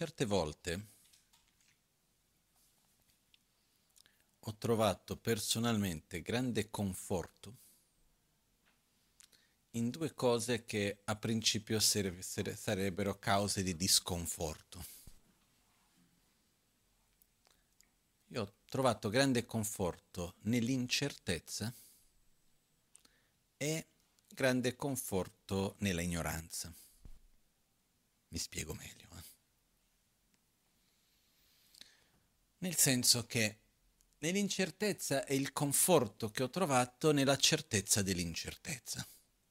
Certe volte ho trovato personalmente grande conforto in due cose che a principio sarebbero cause di disconforto. Io ho trovato grande conforto nell'incertezza e grande conforto nella ignoranza. Mi spiego meglio. Nel senso che nell'incertezza è il conforto che ho trovato nella certezza dell'incertezza.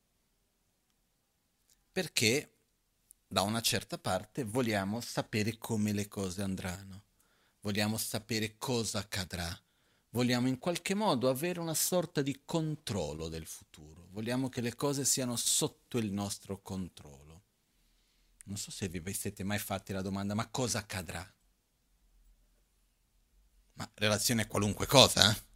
Perché da una certa parte vogliamo sapere come le cose andranno, vogliamo sapere cosa accadrà, vogliamo in qualche modo avere una sorta di controllo del futuro, vogliamo che le cose siano sotto il nostro controllo. Non so se vi siete mai fatti la domanda, ma cosa accadrà? Ma relazione a qualunque cosa, eh?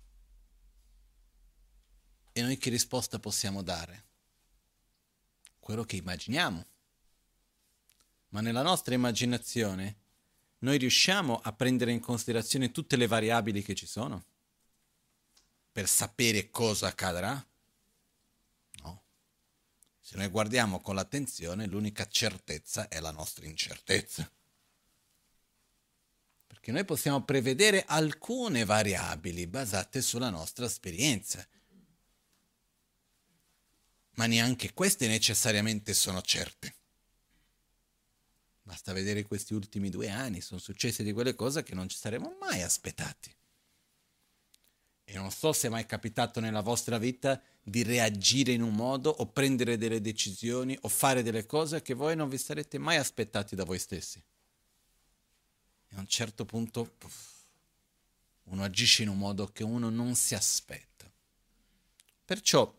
E noi che risposta possiamo dare? Quello che immaginiamo. Ma nella nostra immaginazione noi riusciamo a prendere in considerazione tutte le variabili che ci sono? Per sapere cosa accadrà? No. Se noi guardiamo con l'attenzione, l'unica certezza è la nostra incertezza. Perché noi possiamo prevedere alcune variabili basate sulla nostra esperienza. Ma neanche queste necessariamente sono certe. Basta vedere questi ultimi 2 anni, sono successe di quelle cose che non ci saremmo mai aspettati. E non so se è mai capitato nella vostra vita di reagire in un modo o prendere delle decisioni o fare delle cose che voi non vi sarete mai aspettati da voi stessi. E a un certo punto uno agisce in un modo che uno non si aspetta. Perciò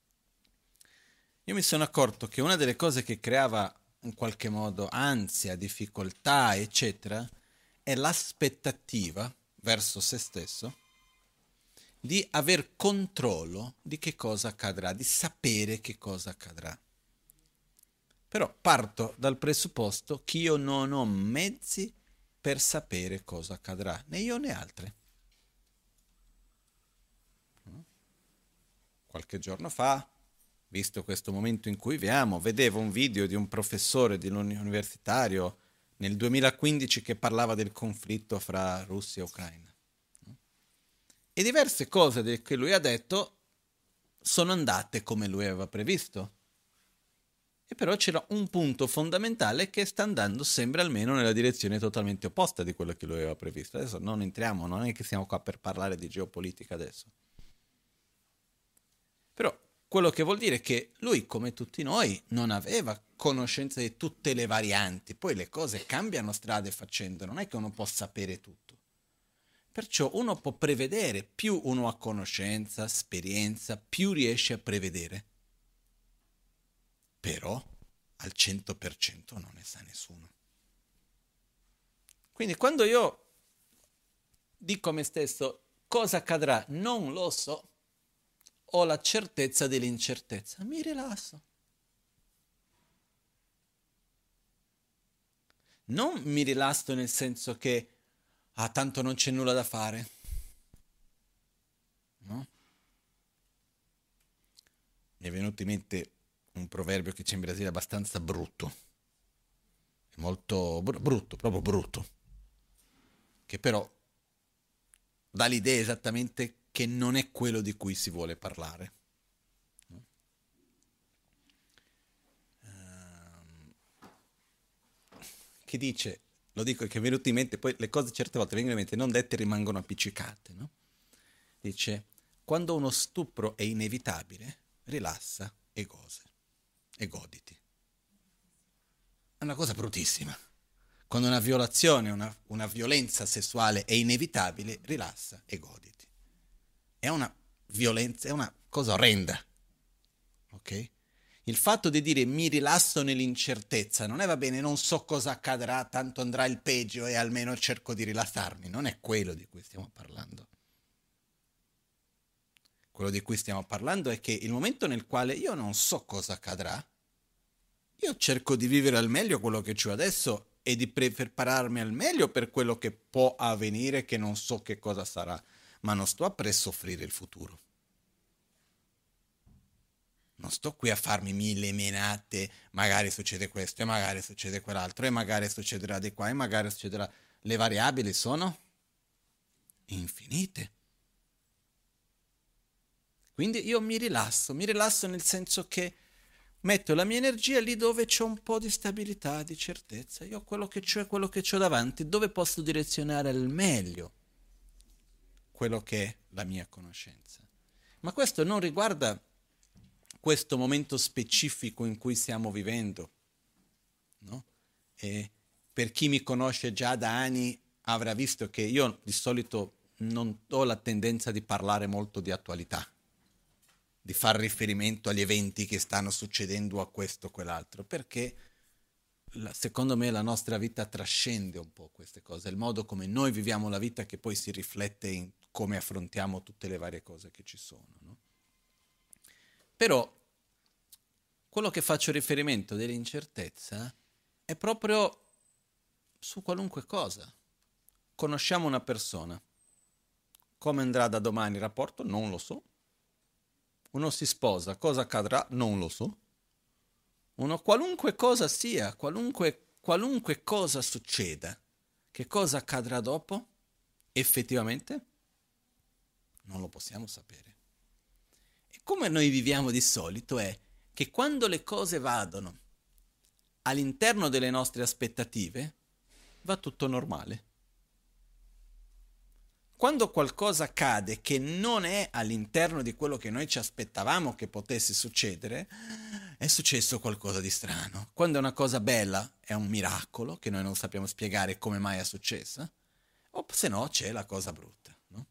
io mi sono accorto che una delle cose che creava in qualche modo ansia, difficoltà, eccetera, è l'aspettativa verso se stesso di aver controllo di che cosa accadrà, di sapere che cosa accadrà. Però parto dal presupposto che io non ho mezzi per sapere cosa accadrà, né io né altri. Qualche giorno fa, visto questo momento in cui viviamo, vedevo un video di un professore di un universitario nel 2015 che parlava del conflitto fra Russia e Ucraina. E diverse cose che lui ha detto sono andate come lui aveva previsto. E però c'era un punto fondamentale che sta andando, sembra almeno, nella direzione totalmente opposta di quello che lui aveva previsto. Adesso non entriamo, non è che siamo qua per parlare di geopolitica adesso. Però quello che vuol dire è che lui, come tutti noi, non aveva conoscenza di tutte le varianti. Poi le cose cambiano strade facendo, non è che uno può sapere tutto. Perciò uno può prevedere, più uno ha conoscenza, esperienza, più riesce a prevedere. Però al 100% non ne sa nessuno. Quindi quando io dico a me stesso cosa accadrà, non lo so, ho la certezza dell'incertezza, mi rilasso. Non mi rilasso nel senso che tanto non c'è nulla da fare. No? Mi è venuto in mente un proverbio che c'è in Brasile abbastanza brutto. È molto brutto, proprio brutto. Che però dà l'idea esattamente che non è quello di cui si vuole parlare. No? Che dice, lo dico che è venuto in mente, poi le cose certe volte vengono in mente, non dette rimangono appiccicate, no? Dice, quando uno stupro è inevitabile, rilassa e goditi. È una cosa bruttissima. Quando una violazione, una violenza sessuale è inevitabile, rilassa e goditi. È una violenza, è una cosa orrenda. Ok? Il fatto di dire mi rilasso nell'incertezza non è va bene, non so cosa accadrà, tanto andrà il peggio e almeno cerco di rilassarmi. Non è quello di cui stiamo parlando. Quello di cui stiamo parlando è che il momento nel quale io non so cosa accadrà, io cerco di vivere al meglio quello che ho adesso e di prepararmi al meglio per quello che può avvenire, che non so che cosa sarà, ma non sto a soffrire il futuro. Non sto qui a farmi mille menate, magari succede questo e magari succede quell'altro e magari succederà di qua e magari succederà. Le variabili sono infinite. Quindi io mi rilasso nel senso che metto la mia energia lì dove c'è un po' di stabilità, di certezza. Io quello che c'ho è quello che c'ho davanti, dove posso direzionare al meglio quello che è la mia conoscenza. Ma questo non riguarda questo momento specifico in cui stiamo vivendo, no? E per chi mi conosce già da anni avrà visto che io di solito non ho la tendenza di parlare molto di attualità, di far riferimento agli eventi che stanno succedendo a questo o quell'altro, perché secondo me la nostra vita trascende un po' queste cose, il modo come noi viviamo la vita che poi si riflette in come affrontiamo tutte le varie cose che ci sono, no? Però quello che faccio riferimento dell'incertezza è proprio su qualunque cosa. Conosciamo una persona, come andrà da domani il rapporto? Non lo so. Uno si sposa, cosa accadrà? Non lo so. Uno qualunque cosa sia, qualunque cosa succeda, che cosa accadrà dopo? Effettivamente non lo possiamo sapere. E come noi viviamo di solito è che quando le cose vadono all'interno delle nostre aspettative, va tutto normale. Quando qualcosa accade che non è all'interno di quello che noi ci aspettavamo che potesse succedere, è successo qualcosa di strano. Quando è una cosa bella, è un miracolo che noi non sappiamo spiegare come mai è successa, o se no c'è la cosa brutta, no?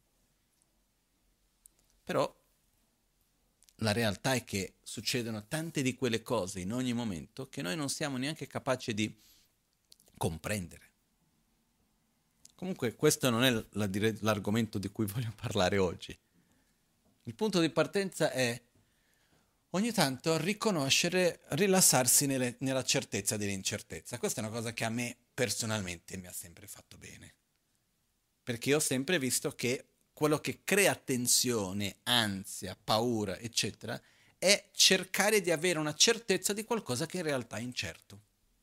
Però la realtà è che succedono tante di quelle cose in ogni momento che noi non siamo neanche capaci di comprendere. Comunque questo non è l'argomento di cui voglio parlare oggi. Il punto di partenza è ogni tanto riconoscere, rilassarsi nella certezza dell'incertezza. Questa è una cosa che a me personalmente mi ha sempre fatto bene. Perché ho sempre visto che quello che crea tensione, ansia, paura, eccetera, è cercare di avere una certezza di qualcosa che in realtà è incerto.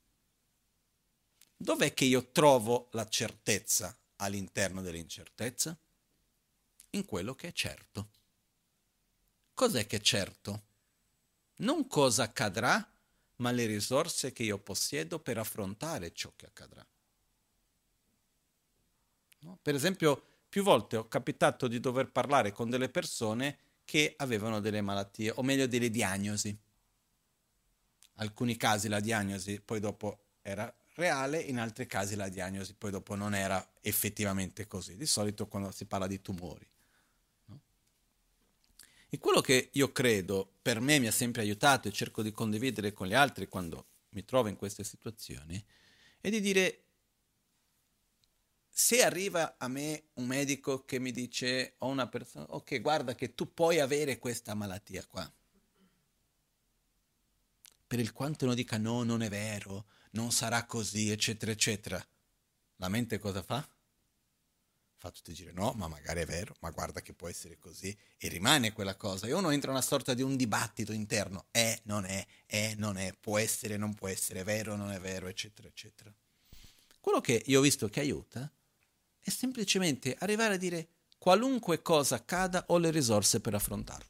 Dov'è che io trovo la certezza all'interno dell'incertezza? In quello che è certo. Cos'è che è certo? Non cosa accadrà, ma le risorse che io possiedo per affrontare ciò che accadrà. No? Per esempio, più volte ho capitato di dover parlare con delle persone che avevano delle malattie, o meglio delle diagnosi. In alcuni casi la diagnosi poi dopo era reale, in altri casi la diagnosi poi dopo non era effettivamente così, di solito quando si parla di tumori. No? E quello che io credo per me mi ha sempre aiutato e cerco di condividere con gli altri quando mi trovo in queste situazioni è di dire: se arriva a me un medico che mi dice, o una persona, ok, guarda che tu puoi avere questa malattia qua, per il quanto uno dica no, non è vero, non sarà così, eccetera, eccetera, la mente cosa fa? Fa tutti dire no, ma magari è vero, ma guarda che può essere così, e rimane quella cosa, e uno entra in una sorta di un dibattito interno, non è, può essere, non può essere, è vero, non è vero, eccetera, eccetera. Quello che io ho visto che aiuta è semplicemente arrivare a dire qualunque cosa accada ho le risorse per affrontarla.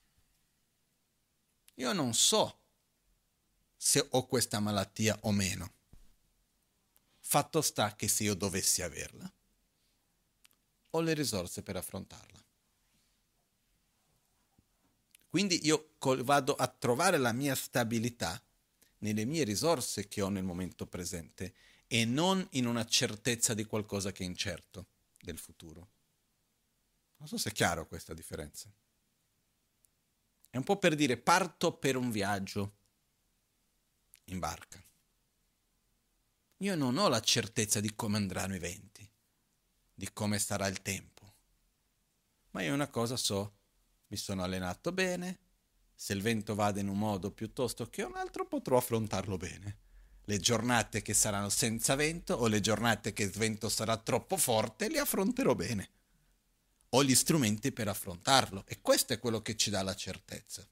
Io non so se ho questa malattia o meno. Fatto sta che se io dovessi averla, ho le risorse per affrontarla. Quindi io vado a trovare la mia stabilità nelle mie risorse che ho nel momento presente e non in una certezza di qualcosa che è incerto del futuro. Non so se è chiaro questa differenza. È un po' per dire parto per un viaggio in barca. Io non ho la certezza di come andranno i venti, di come sarà il tempo, ma io una cosa so, mi sono allenato bene, se il vento vada in un modo piuttosto che un altro potrò affrontarlo bene. Le giornate che saranno senza vento o le giornate che il vento sarà troppo forte, le affronterò bene. Ho gli strumenti per affrontarlo e questo è quello che ci dà la certezza.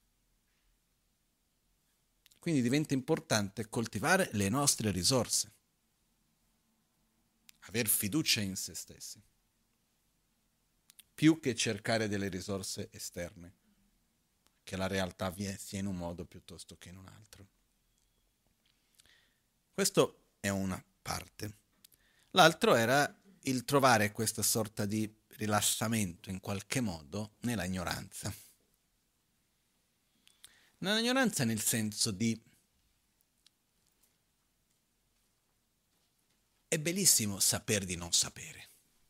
Quindi diventa importante coltivare le nostre risorse, aver fiducia in se stessi, più che cercare delle risorse esterne, che la realtà sia in un modo piuttosto che in un altro. Questo è una parte. L'altro era il trovare questa sorta di rilassamento in qualche modo nella ignoranza. Nell'ignoranza nel senso di è bellissimo saper di non sapere.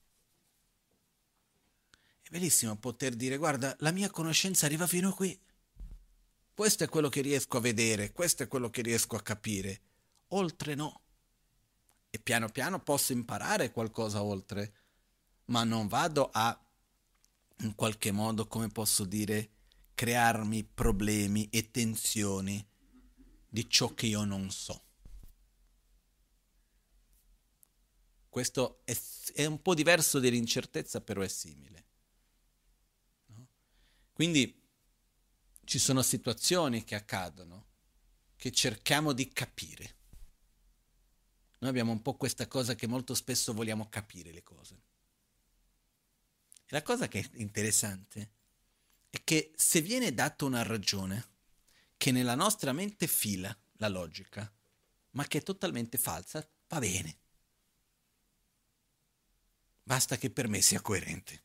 È bellissimo poter dire guarda, la mia conoscenza arriva fino a qui. Questo è quello che riesco a vedere, questo è quello che riesco a capire. Oltre no. E piano piano posso imparare qualcosa oltre, ma non vado a, in qualche modo, come posso dire, crearmi problemi e tensioni di ciò che io non so. Questo è un po' diverso dell'incertezza, però è simile. No? Quindi ci sono situazioni che accadono che cerchiamo di capire. Noi abbiamo un po' questa cosa che molto spesso vogliamo capire le cose. E la cosa che è interessante è che se viene data una ragione che nella nostra mente fila la logica, ma che è totalmente falsa, va bene. Basta che per me sia coerente.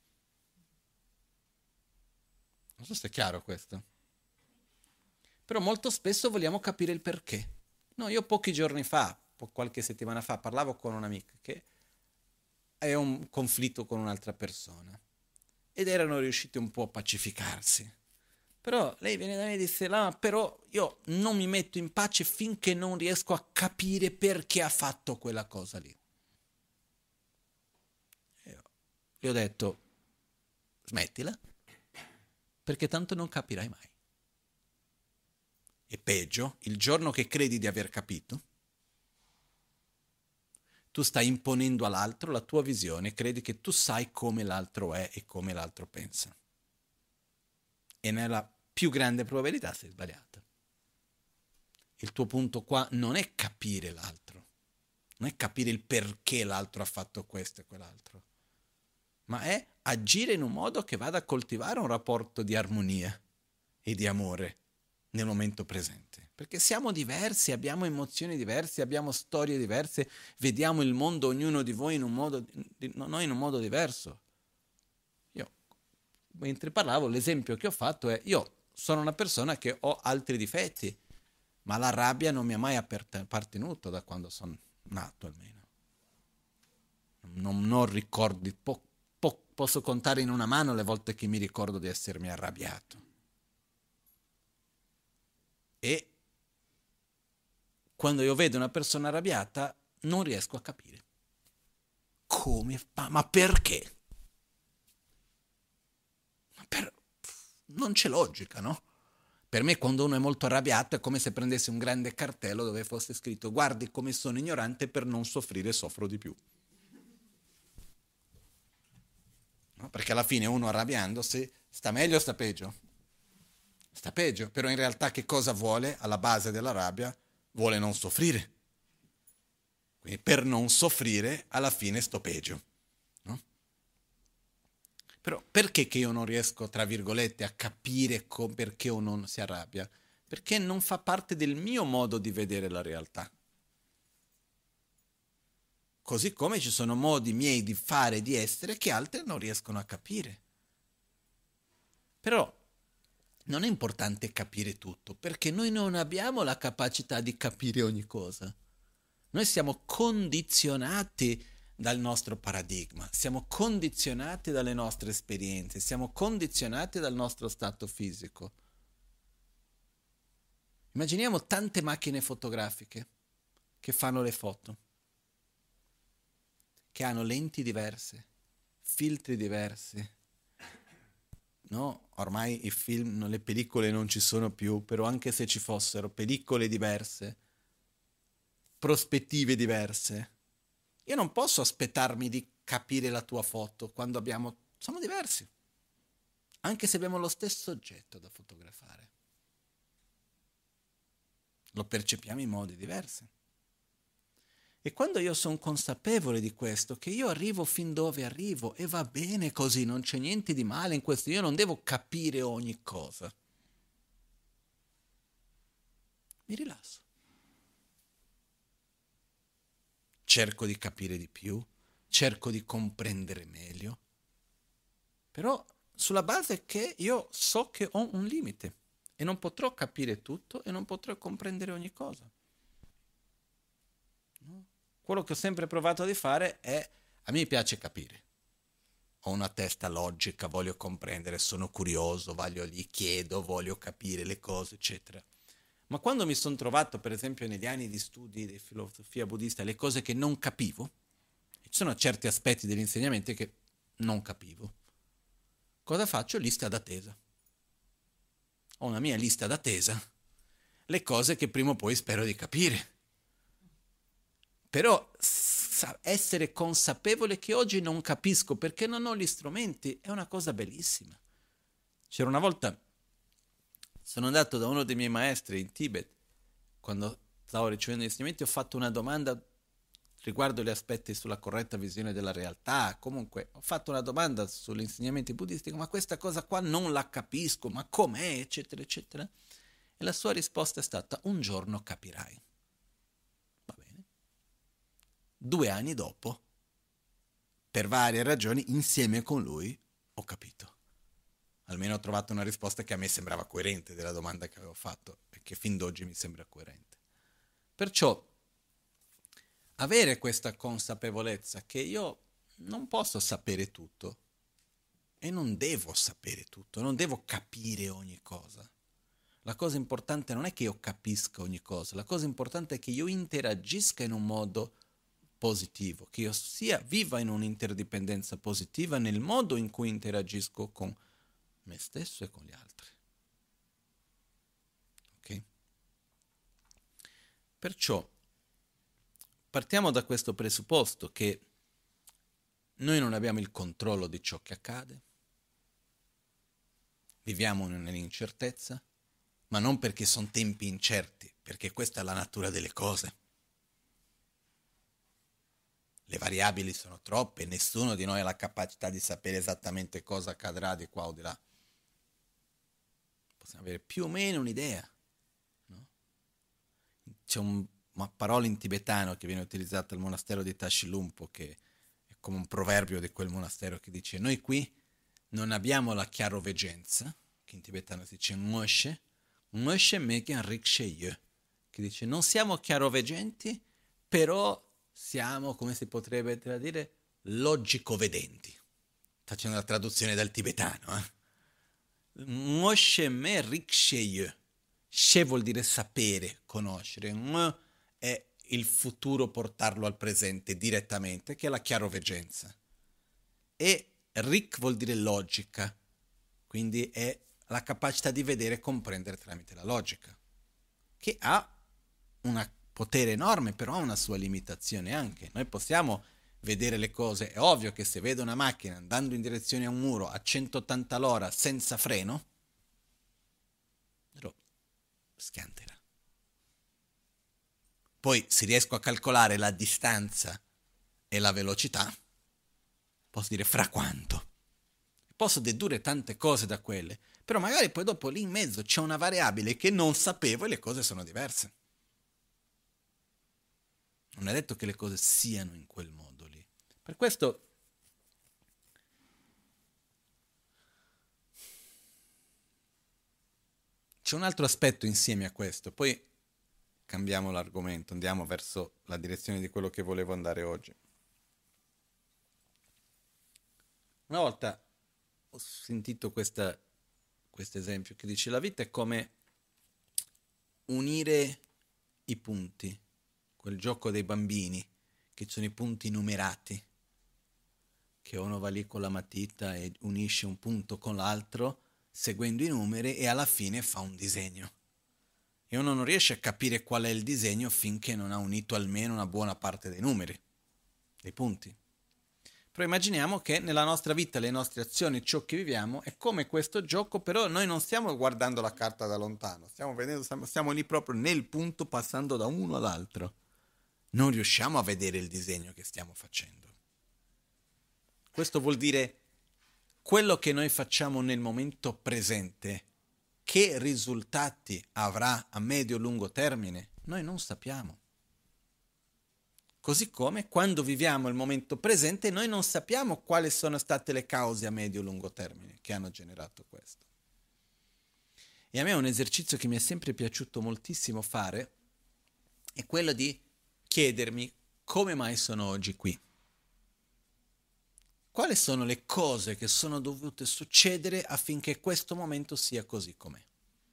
Non so se è chiaro questo. Però molto spesso vogliamo capire il perché. No, io pochi giorni fa, qualche settimana fa, parlavo con un'amica che aveva un conflitto con un'altra persona ed erano riusciti un po' a pacificarsi. Però lei viene da me e disse, no, però io non mi metto in pace finché non riesco a capire perché ha fatto quella cosa lì. Io le ho detto, smettila, perché tanto non capirai mai. E peggio, il giorno che credi di aver capito, tu stai imponendo all'altro la tua visione, credi che tu sai come l'altro è e come l'altro pensa. E nella più grande probabilità sei sbagliato. Il tuo punto qua non è capire l'altro, non è capire il perché l'altro ha fatto questo e quell'altro, ma è agire in un modo che vada a coltivare un rapporto di armonia e di amore nel momento presente. Perché siamo diversi, abbiamo emozioni diverse, abbiamo storie diverse, vediamo il mondo, ognuno di voi in un modo, noi in un modo diverso. Io, mentre parlavo, l'esempio che ho fatto è, io sono una persona che ho altri difetti, ma la rabbia non mi ha mai appartenuto da quando sono nato almeno. Non ricordi, posso contare in una mano le volte che mi ricordo di essermi arrabbiato. E quando io vedo una persona arrabbiata non riesco a capire. Come fa? Ma perché? Non c'è logica, no? Per me quando uno è molto arrabbiato è come se prendesse un grande cartello dove fosse scritto guardi come sono ignorante, per non soffrire soffro di più. No? Perché alla fine uno arrabbiandosi sta meglio o sta peggio? Sta peggio, però in realtà che cosa vuole alla base della rabbia? Vuole non soffrire. Quindi per non soffrire alla fine sto peggio. No? Però perché che io non riesco, tra virgolette, a capire perché uno si arrabbia? Perché non fa parte del mio modo di vedere la realtà. Così come ci sono modi miei di fare e di essere che altri non riescono a capire. Però non è importante capire tutto, perché noi non abbiamo la capacità di capire ogni cosa. Noi siamo condizionati dal nostro paradigma, siamo condizionati dalle nostre esperienze, siamo condizionati dal nostro stato fisico. Immaginiamo tante macchine fotografiche che fanno le foto, che hanno lenti diverse, filtri diversi. No? Ormai i film, le pellicole non ci sono più, però anche se ci fossero pellicole diverse, prospettive diverse. Io non posso aspettarmi di capire la tua foto quando siamo diversi, anche se abbiamo lo stesso oggetto da fotografare. Lo percepiamo in modi diversi. E quando io sono consapevole di questo, che io arrivo fin dove arrivo e va bene così, non c'è niente di male in questo, io non devo capire ogni cosa, mi rilasso. Cerco di capire di più, cerco di comprendere meglio, però sulla base che io so che ho un limite e non potrò capire tutto e non potrò comprendere ogni cosa. No? Quello che ho sempre provato di fare è, a me piace capire. Ho una testa logica, voglio comprendere, sono curioso, gli chiedo, voglio capire le cose, eccetera. Ma quando mi sono trovato, per esempio, negli anni di studi di filosofia buddista, le cose che non capivo, ci sono certi aspetti degli insegnamenti che non capivo, cosa faccio? Lista d'attesa. Ho una mia lista d'attesa, le cose che prima o poi spero di capire. Però essere consapevole che oggi non capisco perché non ho gli strumenti è una cosa bellissima. C'era una volta, sono andato da uno dei miei maestri in Tibet, quando stavo ricevendo gli insegnamenti ho fatto una domanda riguardo gli aspetti sulla corretta visione della realtà, comunque ho fatto una domanda sugli insegnamenti buddistici, ma questa cosa qua non la capisco, ma com'è, eccetera, eccetera. E la sua risposta è stata, un giorno capirai. Va bene. 2 anni dopo, per varie ragioni, insieme con lui, ho capito. Almeno ho trovato una risposta che a me sembrava coerente della domanda che avevo fatto e che fin d'oggi mi sembra coerente. Perciò avere questa consapevolezza che io non posso sapere tutto e non devo sapere tutto, non devo capire ogni cosa. La cosa importante non è che io capisca ogni cosa, la cosa importante è che io interagisca in un modo positivo, che io sia viva in un'interdipendenza positiva nel modo in cui interagisco con me stesso e con gli altri. Ok? Perciò partiamo da questo presupposto che noi non abbiamo il controllo di ciò che accade, viviamo nell'incertezza, ma non perché sono tempi incerti, perché questa è la natura delle cose. Le variabili sono troppe, nessuno di noi ha la capacità di sapere esattamente cosa accadrà di qua o di là. Possiamo avere più o meno un'idea. No? C'è una parola in tibetano che viene utilizzata al monastero di Tashilhunpo, che è come un proverbio di quel monastero che dice: noi qui non abbiamo la chiaroveggenza, che in tibetano si dice Ngoshe Megen Rikshe, che dice non siamo chiaroveggenti, però siamo, come si potrebbe dire, logico-vedenti. Facendo la traduzione dal tibetano. Ngoshe Me Rikshe. She vuol dire sapere, conoscere. Ng è il futuro, portarlo al presente direttamente, che è la chiaroveggenza. E Rik vuol dire logica, quindi è la capacità di vedere e comprendere tramite la logica, che ha un potere enorme, però ha una sua limitazione anche. Noi possiamo vedere le cose, è ovvio che se vedo una macchina andando in direzione a un muro a 180 all'ora senza freno, lo schianterà. Poi se riesco a calcolare la distanza e la velocità, posso dire fra quanto. Posso dedurre tante cose da quelle, però magari poi dopo lì in mezzo c'è una variabile che non sapevo e le cose sono diverse. Non è detto che le cose siano in quel modo lì. Per questo c'è un altro aspetto insieme a questo, poi cambiamo l'argomento, andiamo verso la direzione di quello che volevo andare oggi. Una volta ho sentito questo esempio che dice: la vita è come unire i punti, quel gioco dei bambini, che sono i punti numerati, che uno va lì con la matita e unisce un punto con l'altro, seguendo i numeri, e alla fine fa un disegno. e uno non riesce a capire qual è il disegno finché non ha unito almeno una buona parte dei numeri, dei punti. Però immaginiamo che nella nostra vita, le nostre azioni, ciò che viviamo è come questo gioco, però noi non stiamo guardando la carta da lontano, stiamo lì proprio nel punto, passando da uno all'altro. Non riusciamo a vedere il disegno che stiamo facendo. Questo vuol dire quello che noi facciamo nel momento presente, che risultati avrà a medio-lungo termine, noi non sappiamo. Così come quando viviamo il momento presente noi non sappiamo quali sono state le cause a medio-lungo termine che hanno generato questo. E a me un esercizio che mi è sempre piaciuto moltissimo fare è quello di chiedermi come mai sono oggi qui. Quali sono le cose che sono dovute succedere affinché questo momento sia così com'è?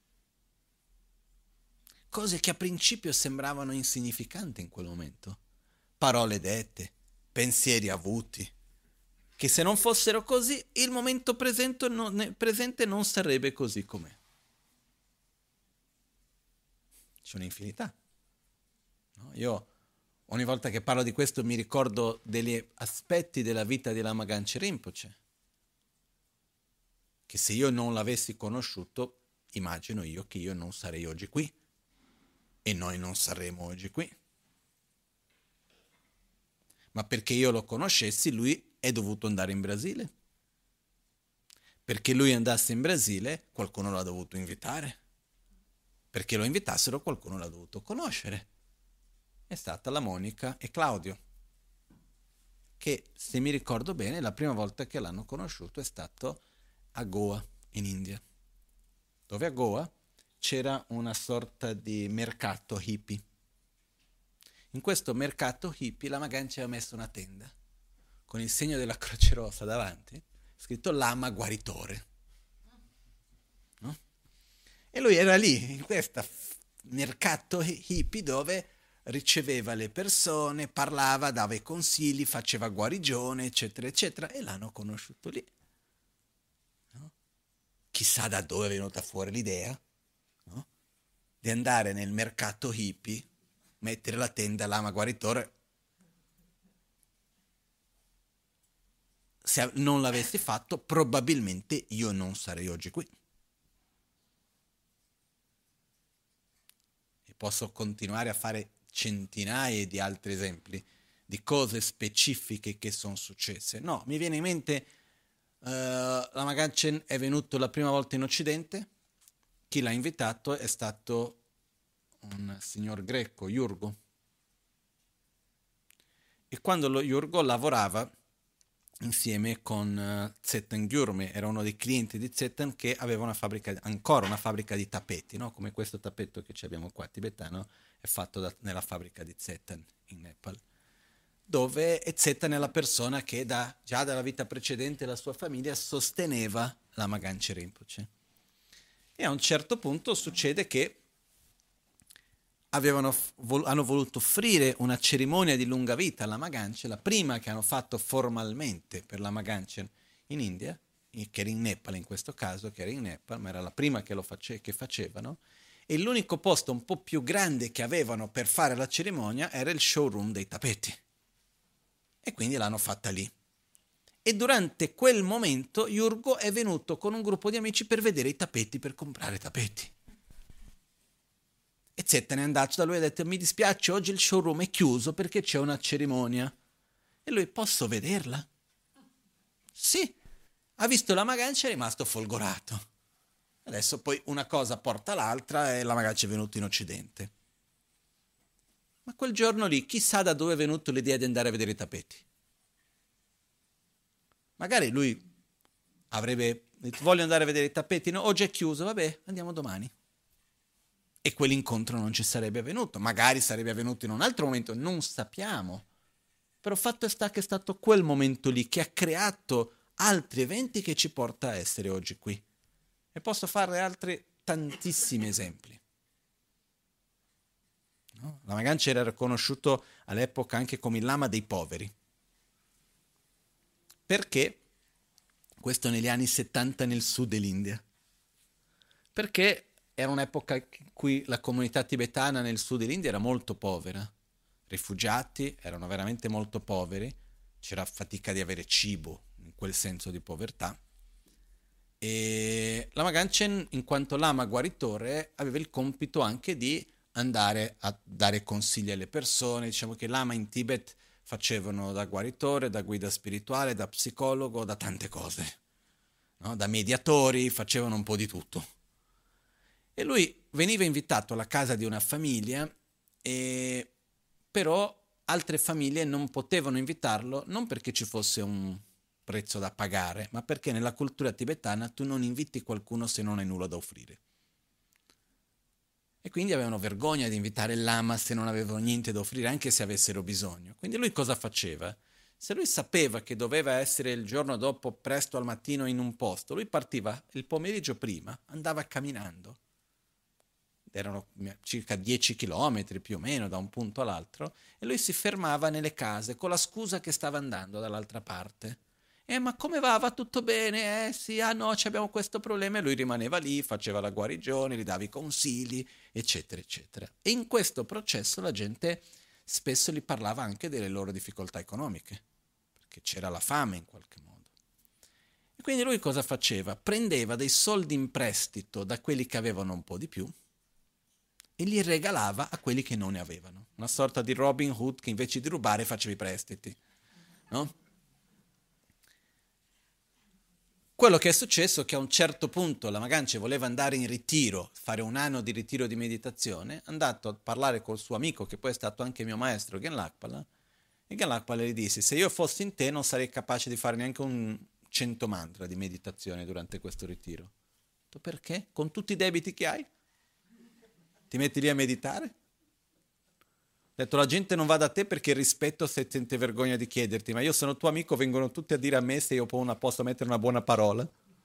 Cose che a principio sembravano insignificanti in quel momento. Parole dette, pensieri avuti, che se non fossero così, il momento presente non sarebbe così com'è. C'è un'infinità. No? Io ogni volta che parlo di questo mi ricordo degli aspetti della vita di Lama Ganchen Rinpoche, che se io non l'avessi conosciuto, immagino io che io non sarei oggi qui e noi non saremo oggi qui. Ma perché io lo conoscessi, lui è dovuto andare in Brasile. Perché lui andasse in Brasile, qualcuno l'ha dovuto invitare. Perché lo invitassero, qualcuno l'ha dovuto conoscere. È stata la Monica e Claudio, che, se mi ricordo bene, la prima volta che l'hanno conosciuto è stato a Goa, in India, dove a Goa c'era una sorta di mercato hippie. In questo mercato hippie Lama Ganchen aveva messo una tenda con il segno della Croce Rossa davanti, scritto Lama Guaritore. No? E lui era lì, in questo mercato hippie dove riceveva le persone, parlava, dava i consigli, faceva guarigione, eccetera, eccetera, e l'hanno conosciuto lì. No? Chissà da dove è venuta fuori l'idea, no? Di andare nel mercato hippie, mettere la tenda Lama Guaritore. Se non l'avessi fatto, probabilmente io non sarei oggi qui. E posso continuare a fare centinaia di altri esempi di cose specifiche che sono successe. No, mi viene in mente Lama Ganchen è venuto la prima volta in Occidente, chi l'ha invitato è stato un signor greco, Iurgo. E quando lo Iurgo lavorava insieme con Tsetan Gyurme, era uno dei clienti di Tsetan che aveva ancora una fabbrica di tappeti, no? Come questo tappeto che abbiamo qua, tibetano, è fatto nella fabbrica di Tsetan in Nepal, dove Tsetan è la persona che già dalla vita precedente la sua famiglia sosteneva Lama Ganchen Rinpoche. E a un certo punto succede che hanno voluto offrire una cerimonia di lunga vita a Lama Ganchen, la prima che hanno fatto formalmente per Lama Ganchen in India, che era in Nepal in questo caso, che era in Nepal, ma era la prima che facevano, e l'unico posto un po' più grande che avevano per fare la cerimonia era il showroom dei tappeti. E quindi l'hanno fatta lì. E durante quel momento Iurgo è venuto con un gruppo di amici per vedere i tappeti, per comprare tappeti. E Tsetan è andato da lui e ha detto: mi dispiace, oggi il showroom è chiuso perché c'è una cerimonia. E lui: posso vederla? Sì. Ha visto Lama Ganchen e è rimasto folgorato. Adesso poi una cosa porta l'altra e Lama Ganchen è venuto in Occidente. Ma quel giorno lì, chissà da dove è venuto l'idea di andare a vedere i tappeti. Magari lui avrebbe detto: voglio andare a vedere i tappeti, no, oggi è chiuso, vabbè, andiamo domani. E quell'incontro non ci sarebbe avvenuto, magari sarebbe avvenuto in un altro momento, non sappiamo. Però fatto sta che è stato quel momento lì che ha creato altri eventi che ci porta a essere oggi qui. E posso fare altri tantissimi esempi. No? Lama Ganchen era riconosciuto all'epoca anche come il lama dei poveri. Perché? Questo negli anni 70 nel sud dell'India. Perché era un'epoca in cui la comunità tibetana nel sud dell'India era molto povera, rifugiati erano veramente molto poveri, c'era fatica di avere cibo, in quel senso di povertà. E Lama Ganchen, in quanto lama guaritore, aveva il compito anche di andare a dare consigli alle persone. Diciamo che lama in Tibet facevano da guaritore, da guida spirituale, da psicologo, da tante cose, no? Da mediatori, facevano un po' di tutto. E lui veniva invitato alla casa di una famiglia, e però altre famiglie non potevano invitarlo, non perché ci fosse un prezzo da pagare, ma perché nella cultura tibetana tu non inviti qualcuno se non hai nulla da offrire. E quindi avevano vergogna di invitare il lama se non avevano niente da offrire, anche se avessero bisogno. Quindi lui cosa faceva? Se lui sapeva che doveva essere il giorno dopo, presto al mattino, in un posto, lui partiva il pomeriggio prima, andava camminando. Erano circa 10 chilometri più o meno da un punto all'altro, e lui si fermava nelle case con la scusa che stava andando dall'altra parte. Ma come va? Va tutto bene? Sì, ah no, abbiamo questo problema. E lui rimaneva lì, faceva la guarigione, gli dava i consigli, eccetera, eccetera. E in questo processo la gente spesso gli parlava anche delle loro difficoltà economiche, perché c'era la fame in qualche modo. E quindi lui cosa faceva? Prendeva dei soldi in prestito da quelli che avevano un po' di più e li regalava a quelli che non ne avevano. Una sorta di Robin Hood che invece di rubare faceva i prestiti, no? Quello che è successo è che a un certo punto la Magance voleva andare in ritiro, fare un anno di ritiro di meditazione, è andato a parlare col suo amico, che poi è stato anche mio maestro, Gen Lakpala, e Gen Lakpala gli disse: se io fossi in te non sarei capace di fare neanche un 100 mantra di meditazione durante questo ritiro. Ho detto: perché? Con tutti i debiti che hai? Ti metti lì a meditare? Ho detto: la gente non va da te perché il rispetto se sente vergogna di chiederti, ma io sono tuo amico, vengono tutti a dire a me se io posso mettere una buona parola.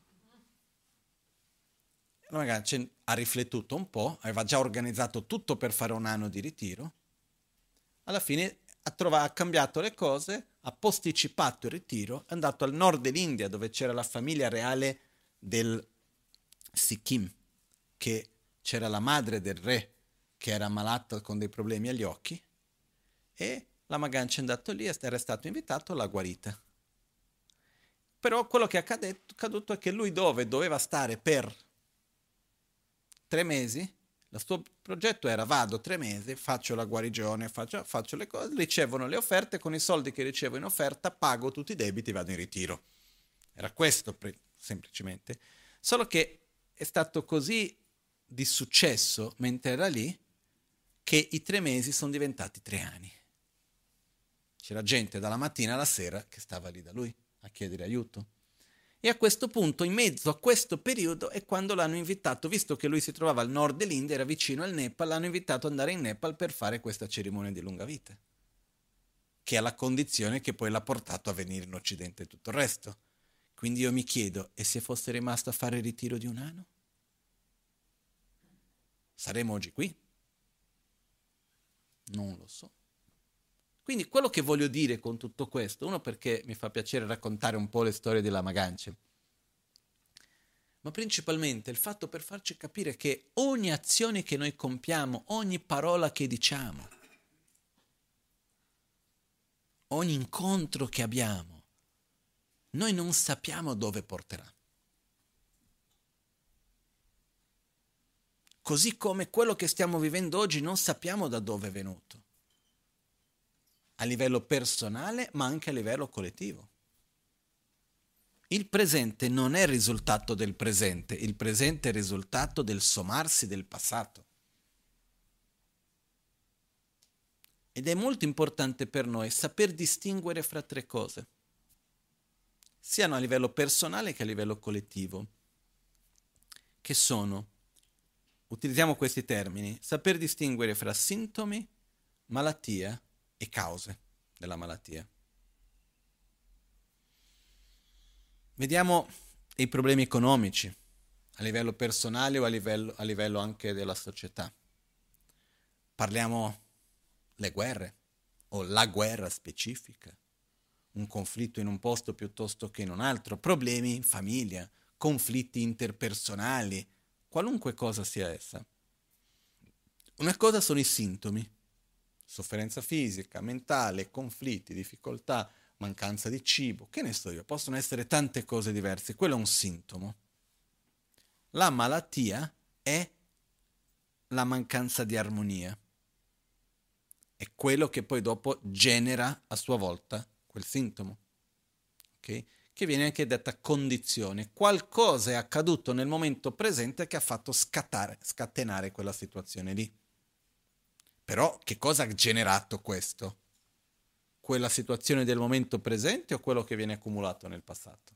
Magari ha riflettuto un po', aveva già organizzato tutto per fare un anno di ritiro, alla fine ha cambiato le cose, ha posticipato il ritiro, è andato al nord dell'India dove c'era la famiglia reale del Sikkim, che c'era la madre del re che era malata con dei problemi agli occhi, e la Magancia è andato lì, era stato invitato, l'ha guarita. Però quello che è accaduto è che lui doveva stare per 3 mesi, il suo progetto era: vado 3 mesi, faccio la guarigione, faccio le cose, ricevono le offerte, con i soldi che ricevo in offerta pago tutti i debiti e vado in ritiro. Era questo semplicemente. Solo che è stato così di successo mentre era lì che i 3 mesi sono diventati 3 anni. C'era gente dalla mattina alla sera che stava lì da lui a chiedere aiuto. E a questo punto, in mezzo a questo periodo, è quando l'hanno invitato, visto che lui si trovava al nord dell'India, era vicino al Nepal, l'hanno invitato ad andare in Nepal per fare questa cerimonia di lunga vita, che è la condizione che poi l'ha portato a venire in Occidente e tutto il resto. Quindi io mi chiedo: e se fosse rimasto a fare il ritiro di un anno? Saremmo oggi qui? Non lo so. Quindi quello che voglio dire con tutto questo, uno, perché mi fa piacere raccontare un po' le storie della Magance, ma principalmente il fatto per farci capire che ogni azione che noi compiamo, ogni parola che diciamo, ogni incontro che abbiamo, noi non sappiamo dove porterà. Così come quello che stiamo vivendo oggi non sappiamo da dove è venuto, a livello personale ma anche a livello collettivo. Il presente non è il risultato del presente, il presente è il risultato del sommarsi del passato. Ed è molto importante per noi saper distinguere fra 3 cose, sia a livello personale che a livello collettivo, che sono, utilizziamo questi termini, saper distinguere fra sintomi, malattia e cause della malattia. Vediamo i problemi economici a livello personale o a livello anche della società. Parliamo le guerre o la guerra specifica, un conflitto in un posto piuttosto che in un altro, problemi in famiglia, conflitti interpersonali, qualunque cosa sia essa. Una cosa sono i sintomi, sofferenza fisica, mentale, conflitti, difficoltà, mancanza di cibo, che ne so io, possono essere tante cose diverse, quello è un sintomo. La malattia è la mancanza di armonia, è quello che poi dopo genera a sua volta quel sintomo, ok? Che viene anche detta condizione. Qualcosa è accaduto nel momento presente che ha fatto scatenare quella situazione lì. Però che cosa ha generato questo? Quella situazione del momento presente o quello che viene accumulato nel passato?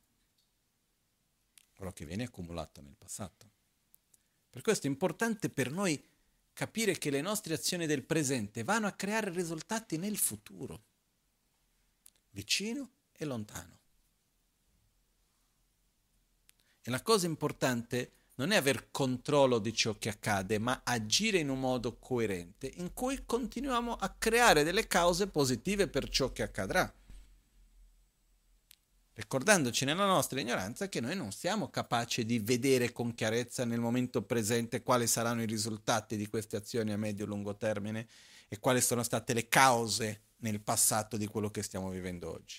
Quello che viene accumulato nel passato. Per questo è importante per noi capire che le nostre azioni del presente vanno a creare risultati nel futuro, vicino e lontano. E la cosa importante non è aver controllo di ciò che accade, ma agire in un modo coerente in cui continuiamo a creare delle cause positive per ciò che accadrà. Ricordandoci nella nostra ignoranza che noi non siamo capaci di vedere con chiarezza nel momento presente quali saranno i risultati di queste azioni a medio e lungo termine e quali sono state le cause nel passato di quello che stiamo vivendo oggi.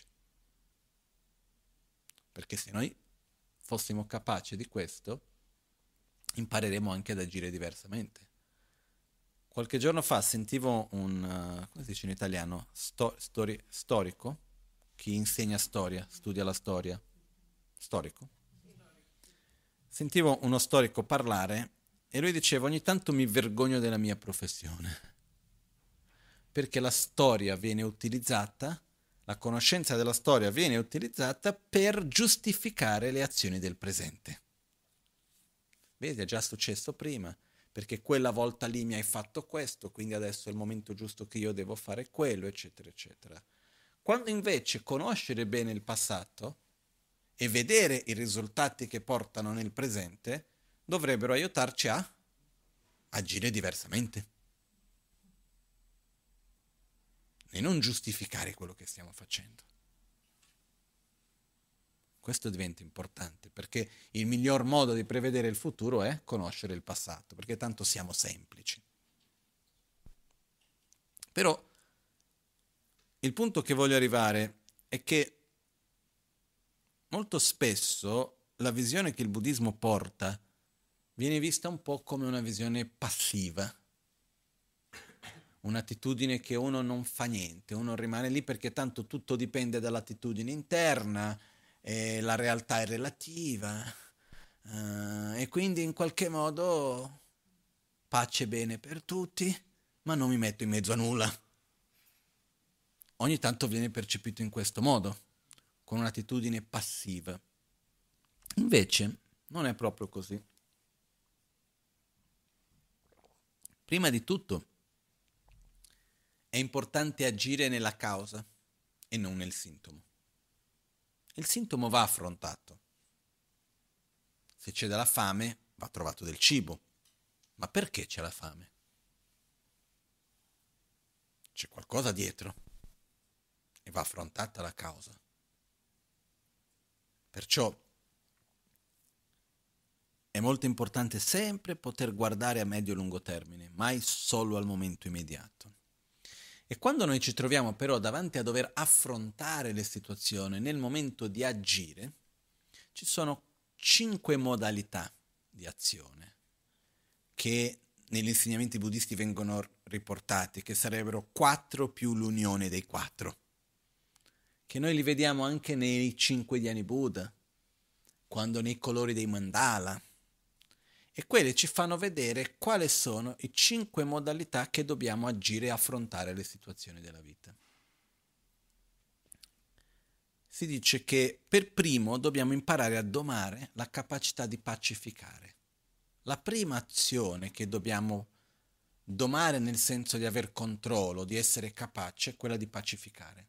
Perché se noi fossimo capaci di questo, impareremo anche ad agire diversamente. Qualche giorno fa sentivo come si dice in italiano, storico, chi insegna storia, studia la storia, storico. Sentivo uno storico parlare e lui diceva: ogni tanto mi vergogno della mia professione, perché la storia viene utilizzata, la conoscenza della storia viene utilizzata per giustificare le azioni del presente. Vedi, è già successo prima, perché quella volta lì mi hai fatto questo, quindi adesso è il momento giusto che io devo fare quello, eccetera, eccetera. Quando invece conoscere bene il passato e vedere i risultati che portano nel presente, dovrebbero aiutarci a agire diversamente e non giustificare quello che stiamo facendo. Questo diventa importante, perché il miglior modo di prevedere il futuro è conoscere il passato, perché tanto siamo semplici. Però il punto che voglio arrivare è che molto spesso la visione che il buddismo porta viene vista un po' come una visione passiva, un'attitudine che uno non fa niente, uno rimane lì perché tanto tutto dipende dall'attitudine interna, e la realtà è relativa, e quindi in qualche modo pace e bene per tutti, ma non mi metto in mezzo a nulla. Ogni tanto viene percepito in questo modo, con un'attitudine passiva. Invece non è proprio così. Prima di tutto è importante agire nella causa e non nel sintomo. Il sintomo va affrontato. Se c'è della fame, va trovato del cibo. Ma perché c'è la fame? C'è qualcosa dietro e va affrontata la causa. Perciò è molto importante sempre poter guardare a medio e lungo termine, mai solo al momento immediato. E quando noi ci troviamo però davanti a dover affrontare le situazioni nel momento di agire, ci sono 5 modalità di azione che negli insegnamenti buddisti vengono riportati, che sarebbero 4 più l'unione dei 4, che noi li vediamo anche nei 5 Dhyani Buddha, quando nei colori dei mandala, e quelli ci fanno vedere quali sono i 5 modalità che dobbiamo agire e affrontare le situazioni della vita. Si dice che per primo dobbiamo imparare a domare la capacità di pacificare. La prima azione che dobbiamo domare nel senso di aver controllo, di essere capace, è quella di pacificare.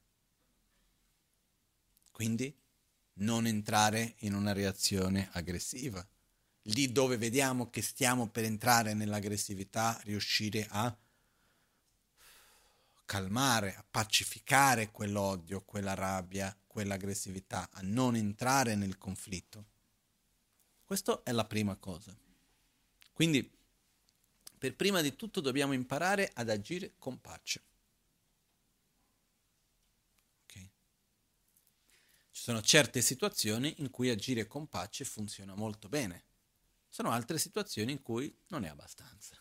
Quindi non entrare in una reazione aggressiva. Lì dove vediamo che stiamo per entrare nell'aggressività, riuscire a calmare, a pacificare quell'odio, quella rabbia, quell'aggressività, a non entrare nel conflitto. Questa è la prima cosa. Quindi, per prima di tutto dobbiamo imparare ad agire con pace. Okay? Ci sono certe situazioni in cui agire con pace funziona molto bene. Sono altre situazioni in cui non è abbastanza.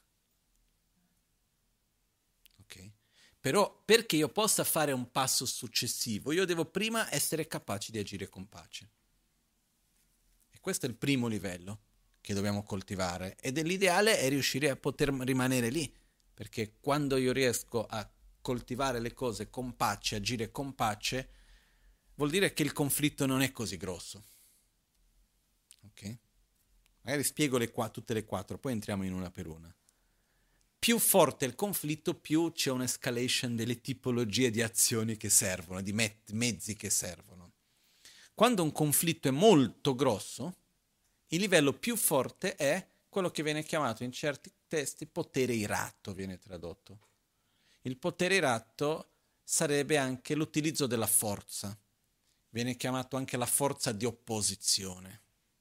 Ok? Però perché io possa fare un passo successivo, io devo prima essere capace di agire con pace. E questo è il primo livello che dobbiamo coltivare. Ed l'ideale è riuscire a poter rimanere lì, perché quando io riesco a coltivare le cose con pace, agire con pace, vuol dire che il conflitto non è così grosso. Ok? Magari spiego tutte le quattro, poi entriamo in una per una. Più forte è il conflitto, più c'è un'escalation delle tipologie di azioni che servono, di mezzi che servono. Quando un conflitto è molto grosso, il livello più forte è quello che viene chiamato in certi testi potere irato, viene tradotto. Il potere irato sarebbe anche l'utilizzo della forza, viene chiamato anche la forza di opposizione.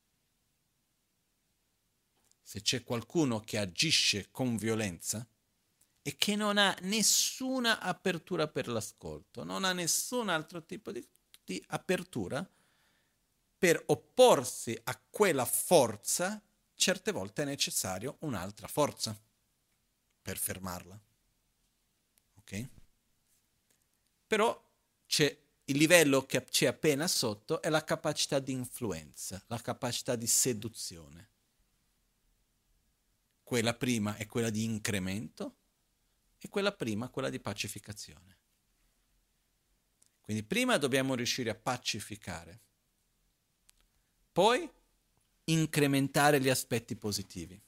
Se c'è qualcuno che agisce con violenza e che non ha nessuna apertura per l'ascolto, non ha nessun altro tipo di apertura per opporsi a quella forza, certe volte è necessario un'altra forza per fermarla. Ok? Però c'è il livello che c'è appena sotto è la capacità di influenza, la capacità di seduzione. Quella prima è quella di incremento e quella prima quella di pacificazione. Quindi prima dobbiamo riuscire a pacificare, poi incrementare gli aspetti positivi,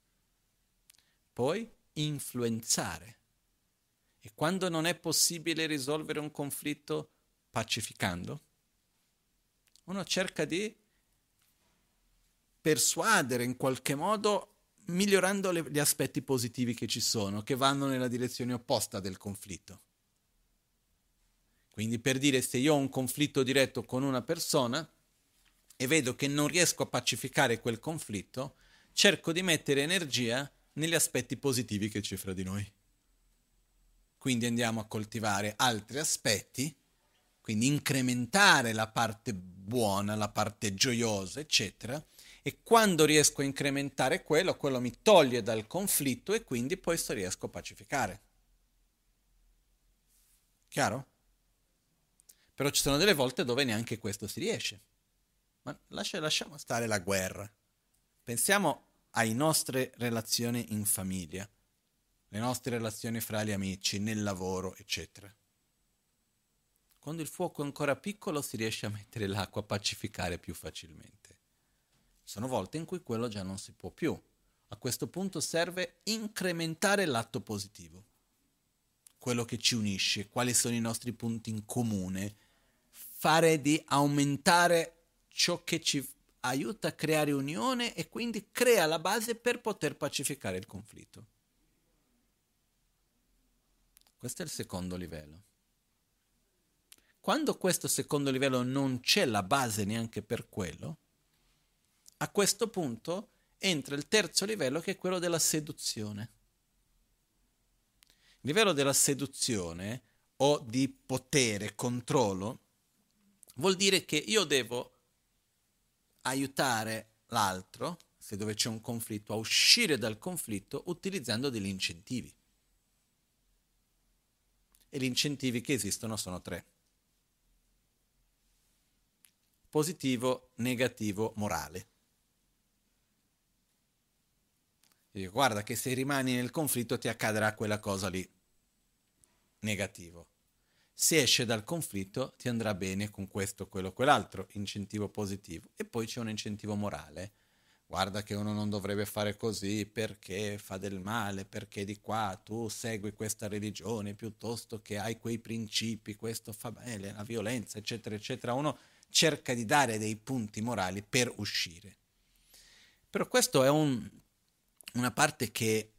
poi influenzare. E quando non è possibile risolvere un conflitto pacificando, uno cerca di persuadere in qualche modo migliorando gli aspetti positivi che ci sono, che vanno nella direzione opposta del conflitto. Quindi per dire, se io ho un conflitto diretto con una persona e vedo che non riesco a pacificare quel conflitto, cerco di mettere energia negli aspetti positivi che c'è fra di noi. Quindi andiamo a coltivare altri aspetti, quindi incrementare la parte buona, la parte gioiosa, eccetera, e quando riesco a incrementare quello mi toglie dal conflitto e quindi poi riesco a pacificare. Chiaro? Però ci sono delle volte dove neanche questo si riesce. Ma lasciamo stare la guerra. Pensiamo alle nostre relazioni in famiglia, le nostre relazioni fra gli amici, nel lavoro, eccetera. Quando il fuoco è ancora piccolo si riesce a mettere l'acqua a pacificare più facilmente. Sono volte in cui quello già non si può più. A questo punto serve incrementare l'atto positivo, quello che ci unisce, quali sono i nostri punti in comune, fare di aumentare ciò che ci aiuta a creare unione e quindi crea la base per poter pacificare il conflitto. Questo è il secondo livello. Quando questo secondo livello non c'è la base neanche per quello, a questo punto entra il terzo livello che è quello della seduzione. Il livello della seduzione o di potere, controllo, vuol dire che io devo aiutare l'altro, se dove c'è un conflitto, a uscire dal conflitto utilizzando degli incentivi. E gli incentivi che esistono sono tre. Positivo, negativo, morale. Io dico, guarda che se rimani nel conflitto ti accadrà quella cosa lì. Negativo. Se esce dal conflitto ti andrà bene con questo, quello, quell'altro. Incentivo positivo. E poi c'è un incentivo morale. Guarda che uno non dovrebbe fare così perché fa del male, perché di qua tu segui questa religione piuttosto che hai quei principi, questo fa bene, la violenza, eccetera, eccetera. Uno cerca di dare dei punti morali per uscire. Però questo è una parte che,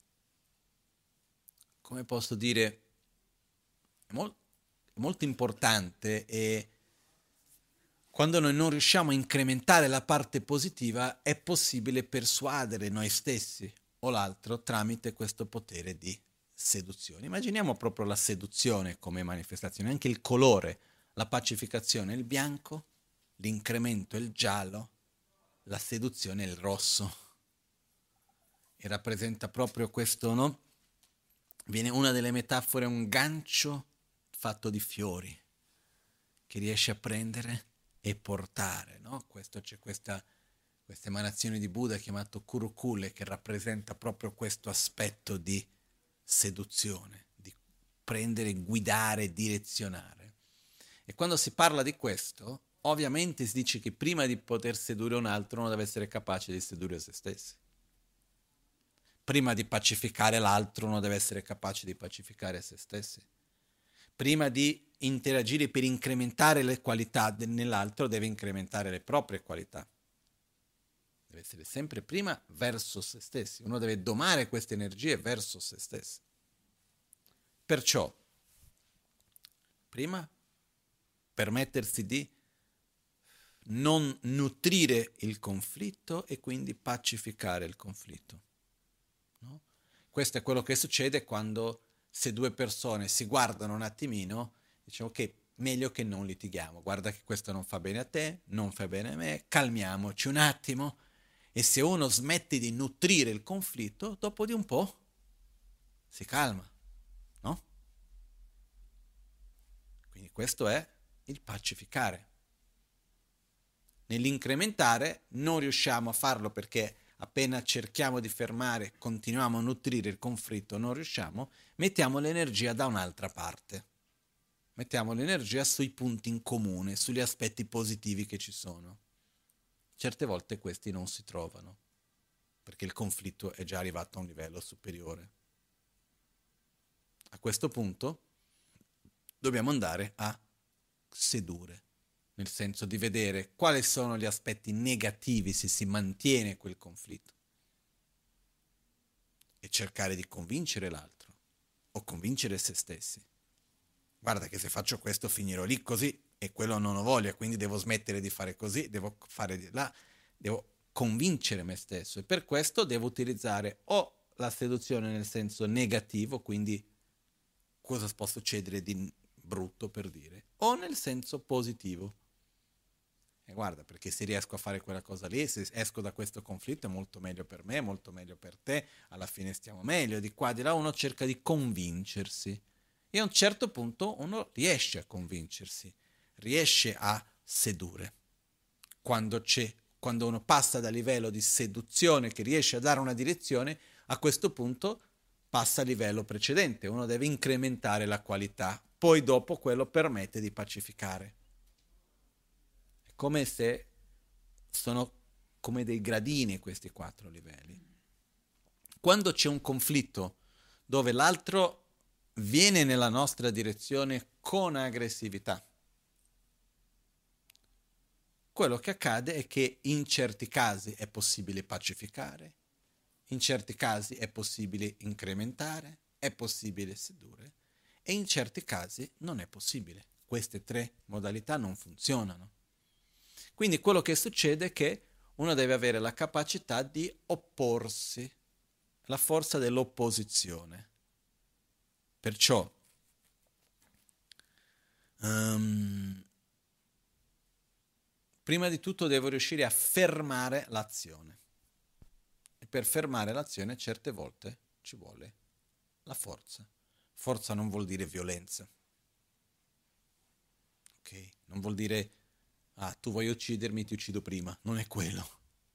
come posso dire, è molto importante e Quando noi non riusciamo a incrementare la parte positiva, è possibile persuadere noi stessi o l'altro tramite questo potere di seduzione. Immaginiamo proprio la seduzione come manifestazione, anche il colore, la pacificazione è il bianco, l'incremento è il giallo, la seduzione è il rosso. E rappresenta proprio questo, no? Viene una delle metafore un gancio fatto di fiori che riesce a prendere e portare, no? C'è questa emanazione di Buddha chiamato Kurukule che rappresenta proprio questo aspetto di seduzione, di prendere, guidare, direzionare. E quando si parla di questo, ovviamente si dice che prima di poter sedurre un altro uno deve essere capace di sedurre se stessi. Prima di pacificare l'altro uno deve essere capace di pacificare se stessi. Prima di interagire per incrementare le qualità nell'altro deve incrementare le proprie qualità. Deve essere sempre prima verso se stessi. Uno deve domare queste energie verso se stessi. Perciò, prima, permettersi di non nutrire il conflitto e quindi pacificare il conflitto. No? Questo è quello che succede quando se due persone si guardano un attimino, diciamo che meglio che non litighiamo, guarda che questo non fa bene a te, non fa bene a me, calmiamoci un attimo e se uno smette di nutrire il conflitto, dopo di un po' si calma, no? Quindi questo è il pacificare. Nell'incrementare non riusciamo a farlo perché appena cerchiamo di fermare, continuiamo a nutrire il conflitto, non riusciamo, mettiamo l'energia da un'altra parte. Mettiamo l'energia sui punti in comune, sugli aspetti positivi che ci sono. Certe volte questi non si trovano, perché il conflitto è già arrivato a un livello superiore. A questo punto dobbiamo andare a sedurre, nel senso di vedere quali sono gli aspetti negativi se si mantiene quel conflitto e cercare di convincere l'altro o convincere se stessi. Guarda che se faccio questo finirò lì così e quello non ho voglia, quindi devo smettere di fare così, devo fare di là, devo convincere me stesso e per questo devo utilizzare o la seduzione nel senso negativo, quindi cosa può succedere di brutto per dire, o nel senso positivo. E guarda, perché se riesco a fare quella cosa lì, se esco da questo conflitto è molto meglio per me, molto meglio per te, alla fine stiamo meglio, di qua, di là, uno cerca di convincersi. E a un certo punto uno riesce a convincersi, riesce a sedurre. Quando uno passa dal livello di seduzione che riesce a dare una direzione, a questo punto passa al livello precedente, uno deve incrementare la qualità, poi dopo quello permette di pacificare. È come se sono come dei gradini questi 4 livelli. Quando c'è un conflitto dove l'altro viene nella nostra direzione con aggressività, quello che accade è che in certi casi è possibile pacificare, in certi casi è possibile incrementare, è possibile sedurre e in certi casi non è possibile. Queste 3 modalità non funzionano. Quindi quello che succede è che uno deve avere la capacità di opporsi, la forza dell'opposizione. Perciò prima di tutto devo riuscire a fermare l'azione. E per fermare l'azione certe volte ci vuole la forza. Forza non vuol dire violenza. Ok? Non vuol dire tu vuoi uccidermi, ti uccido prima. Non è quello.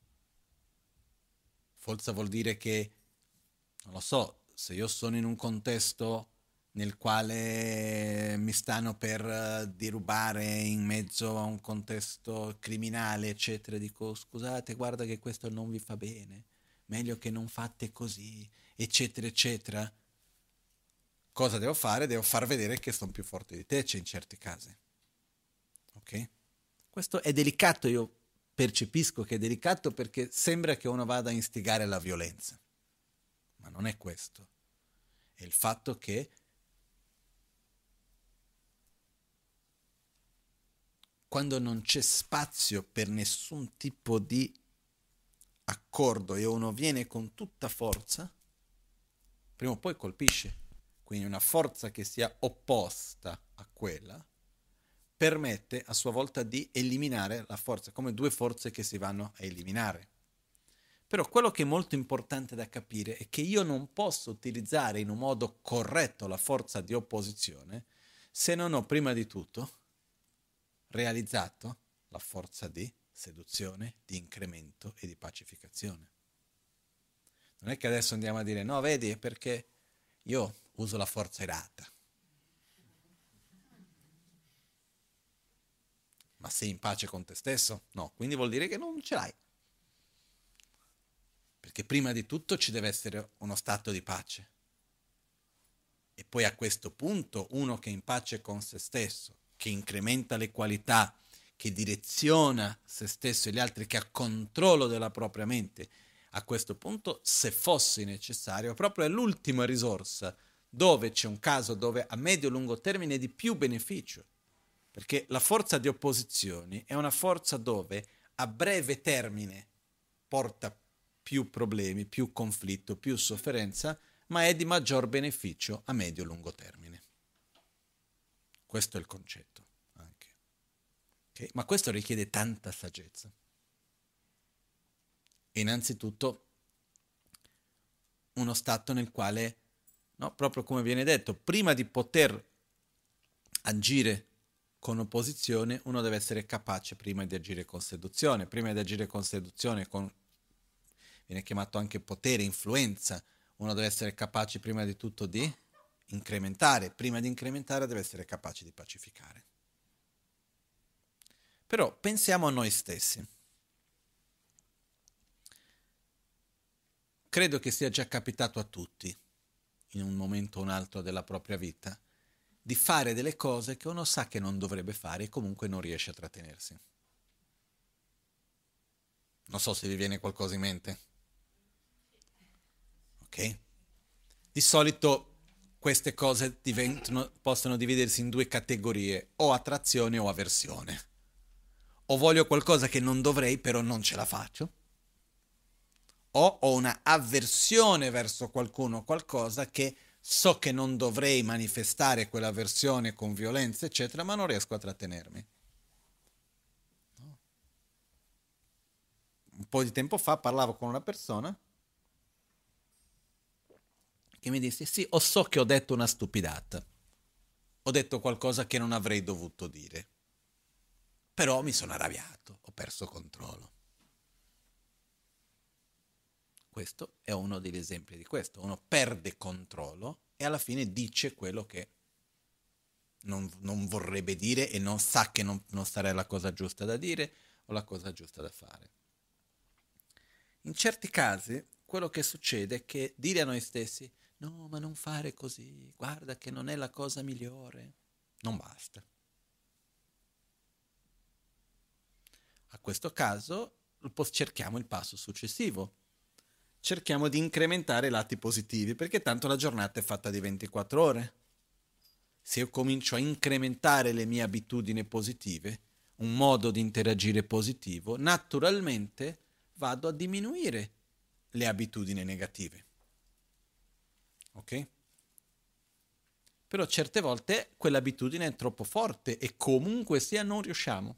Forza vuol dire che, non lo so, se io sono in un contesto nel quale mi stanno per derubare in mezzo a un contesto criminale, eccetera, dico scusate, guarda che questo non vi fa bene, meglio che non fate così, eccetera, eccetera. Cosa devo fare? Devo far vedere che sono più forte di te, c'è in certi casi. Ok? Questo è delicato, io percepisco che è delicato perché sembra che uno vada a istigare la violenza, ma non è questo. È il fatto che quando non c'è spazio per nessun tipo di accordo e uno viene con tutta forza, prima o poi colpisce. Quindi una forza che sia opposta a quella permette a sua volta di eliminare la forza, come due forze che si vanno a eliminare. Però quello che è molto importante da capire è che io non posso utilizzare in un modo corretto la forza di opposizione se non ho prima di tutto realizzato la forza di seduzione, di incremento e di pacificazione. Non è che adesso andiamo a dire no, vedi, è perché io uso la forza irata. Ma sei in pace con te stesso? No, quindi vuol dire che non ce l'hai. Perché prima di tutto ci deve essere uno stato di pace. E poi a questo punto uno che è in pace con se stesso, che incrementa le qualità, che direziona se stesso e gli altri, che ha controllo della propria mente, a questo punto, se fosse necessario, proprio è l'ultima risorsa dove c'è un caso dove a medio-lungo termine è di più beneficio. Perché la forza di opposizioni è una forza dove a breve termine porta più problemi, più conflitto, più sofferenza, ma è di maggior beneficio a medio-lungo termine. Questo è il concetto anche. Okay? Ma questo richiede tanta saggezza. E innanzitutto uno stato nel quale, no, proprio come viene detto, prima di poter agire con opposizione, uno deve essere capace prima di agire con seduzione. Prima di agire con seduzione, viene chiamato anche potere, influenza, uno deve essere capace prima di tutto di incrementare. Prima di incrementare deve essere capace di pacificare. Però pensiamo a noi stessi. Credo che sia già capitato a tutti, in un momento o un altro della propria vita, di fare delle cose che uno sa che non dovrebbe fare e comunque non riesce a trattenersi. Non so se vi viene qualcosa in mente. Ok? Di solito queste cose possono dividersi in due categorie, o attrazione o avversione. O voglio qualcosa che non dovrei, però non ce la faccio. O ho una avversione verso qualcuno o qualcosa che so che non dovrei manifestare quell'avversione con violenza, eccetera, ma non riesco a trattenermi. Un po' di tempo fa parlavo con una persona che mi disse, sì, so che ho detto una stupidata. Ho detto qualcosa che non avrei dovuto dire. Però mi sono arrabbiato, ho perso controllo. Questo è uno degli esempi di questo. Uno perde controllo e alla fine dice quello che non vorrebbe dire e non sa che non sarà la cosa giusta da dire o la cosa giusta da fare. In certi casi quello che succede è che dire a noi stessi no, ma non fare così, guarda che non è la cosa migliore, non basta. A questo caso cerchiamo il passo successivo. Cerchiamo di incrementare i lati positivi, perché tanto la giornata è fatta di 24 ore. Se io comincio a incrementare le mie abitudini positive, un modo di interagire positivo, naturalmente vado a diminuire le abitudini negative. Ok? Però certe volte quell'abitudine è troppo forte e comunque sia non riusciamo.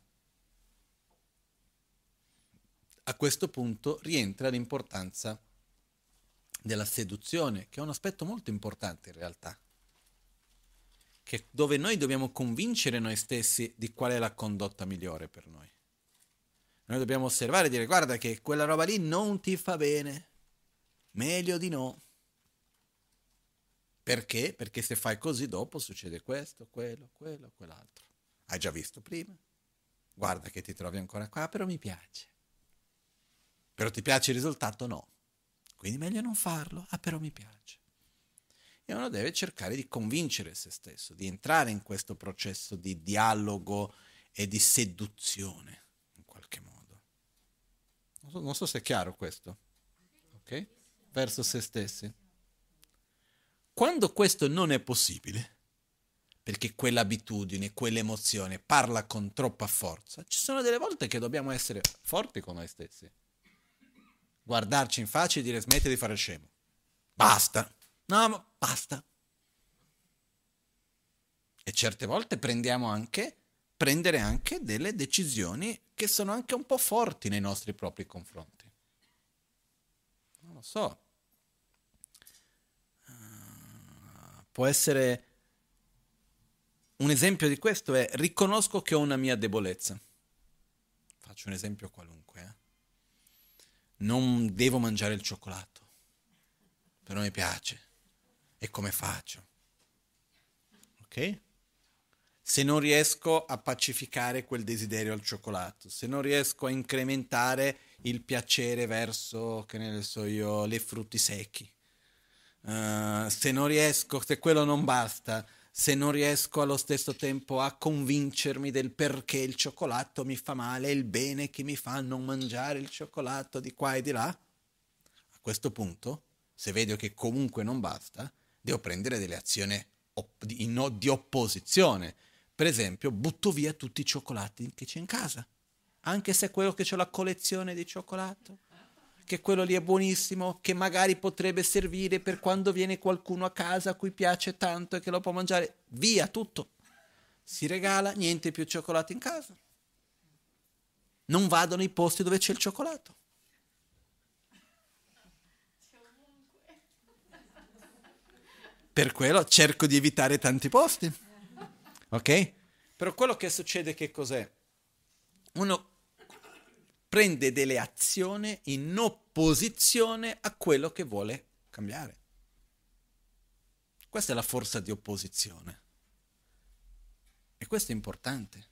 A questo punto rientra l'importanza della seduzione, che è un aspetto molto importante in realtà, che dove noi dobbiamo convincere noi stessi di qual è la condotta migliore per noi. Noi dobbiamo osservare e dire guarda che quella roba lì non ti fa bene, meglio di no. Perché? Perché se fai così dopo succede questo, quello, quell'altro. Hai già visto prima? Guarda che ti trovi ancora qua, però mi piace. Però ti piace il risultato? No. Quindi meglio non farlo. Ah, però mi piace. E uno deve cercare di convincere se stesso, di entrare in questo processo di dialogo e di seduzione, in qualche modo. Non so se è chiaro questo. Ok? Verso se stessi. Quando questo non è possibile, perché quell'abitudine, quell'emozione parla con troppa forza, ci sono delle volte che dobbiamo essere forti con noi stessi. Guardarci in faccia e dire smetti di fare il scemo. Basta. No, ma basta. E certe volte prendere anche delle decisioni che sono anche un po' forti nei nostri propri confronti. Non lo so. Può essere un esempio di questo è riconosco che ho una mia debolezza. Faccio un esempio qualunque. Non devo mangiare il cioccolato, però mi piace. E come faccio? Ok? Se non riesco a pacificare quel desiderio al cioccolato, se non riesco a incrementare il piacere verso, che ne so io, le frutti secchi, se non riesco, se quello non basta, se non riesco allo stesso tempo a convincermi del perché il cioccolato mi fa male e il bene che mi fa non mangiare il cioccolato di qua e di là, a questo punto, se vedo che comunque non basta, devo prendere delle azioni di opposizione. Per esempio, butto via tutti i cioccolati che c'è in casa, anche se è quello che c'è la collezione di cioccolato, che quello lì è buonissimo, che magari potrebbe servire per quando viene qualcuno a casa a cui piace tanto e che lo può mangiare. Via tutto. Si regala, niente più cioccolato in casa. Non vado nei posti dove c'è il cioccolato. Per quello cerco di evitare tanti posti. Ok? Però quello che succede che cos'è? Uno prende delle azioni in opposizione a quello che vuole cambiare. Questa è la forza di opposizione. E questo è importante.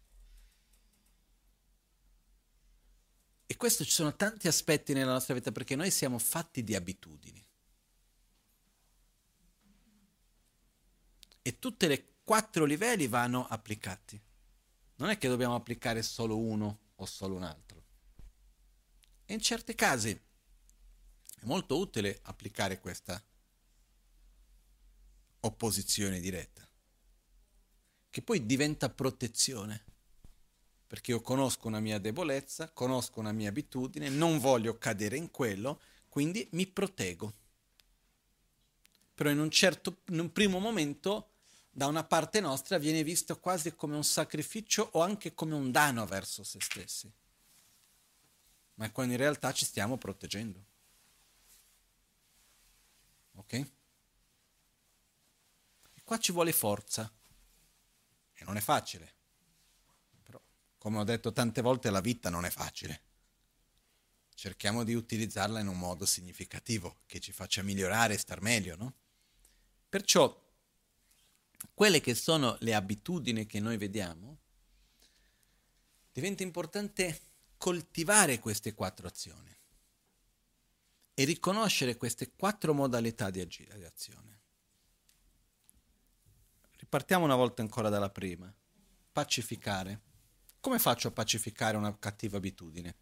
E questo ci sono tanti aspetti nella nostra vita perché noi siamo fatti di abitudini. E tutte le 4 livelli vanno applicati. Non è che dobbiamo applicare solo uno o solo un altro. E in certi casi è molto utile applicare questa opposizione diretta, che poi diventa protezione, perché io conosco una mia debolezza, conosco una mia abitudine, non voglio cadere in quello, quindi mi proteggo. Però in un primo momento da una parte nostra viene visto quasi come un sacrificio o anche come un danno verso se stessi. Ma quando in realtà ci stiamo proteggendo. Ok? E qua ci vuole forza. E non è facile. Però, come ho detto tante volte, la vita non è facile. Cerchiamo di utilizzarla in un modo significativo, che ci faccia migliorare e star meglio, no? Perciò, quelle che sono le abitudini che noi vediamo, diventa importante coltivare queste 4 azioni e riconoscere queste 4 modalità di azione. Ripartiamo una volta ancora dalla prima. Pacificare. Come faccio a pacificare una cattiva abitudine?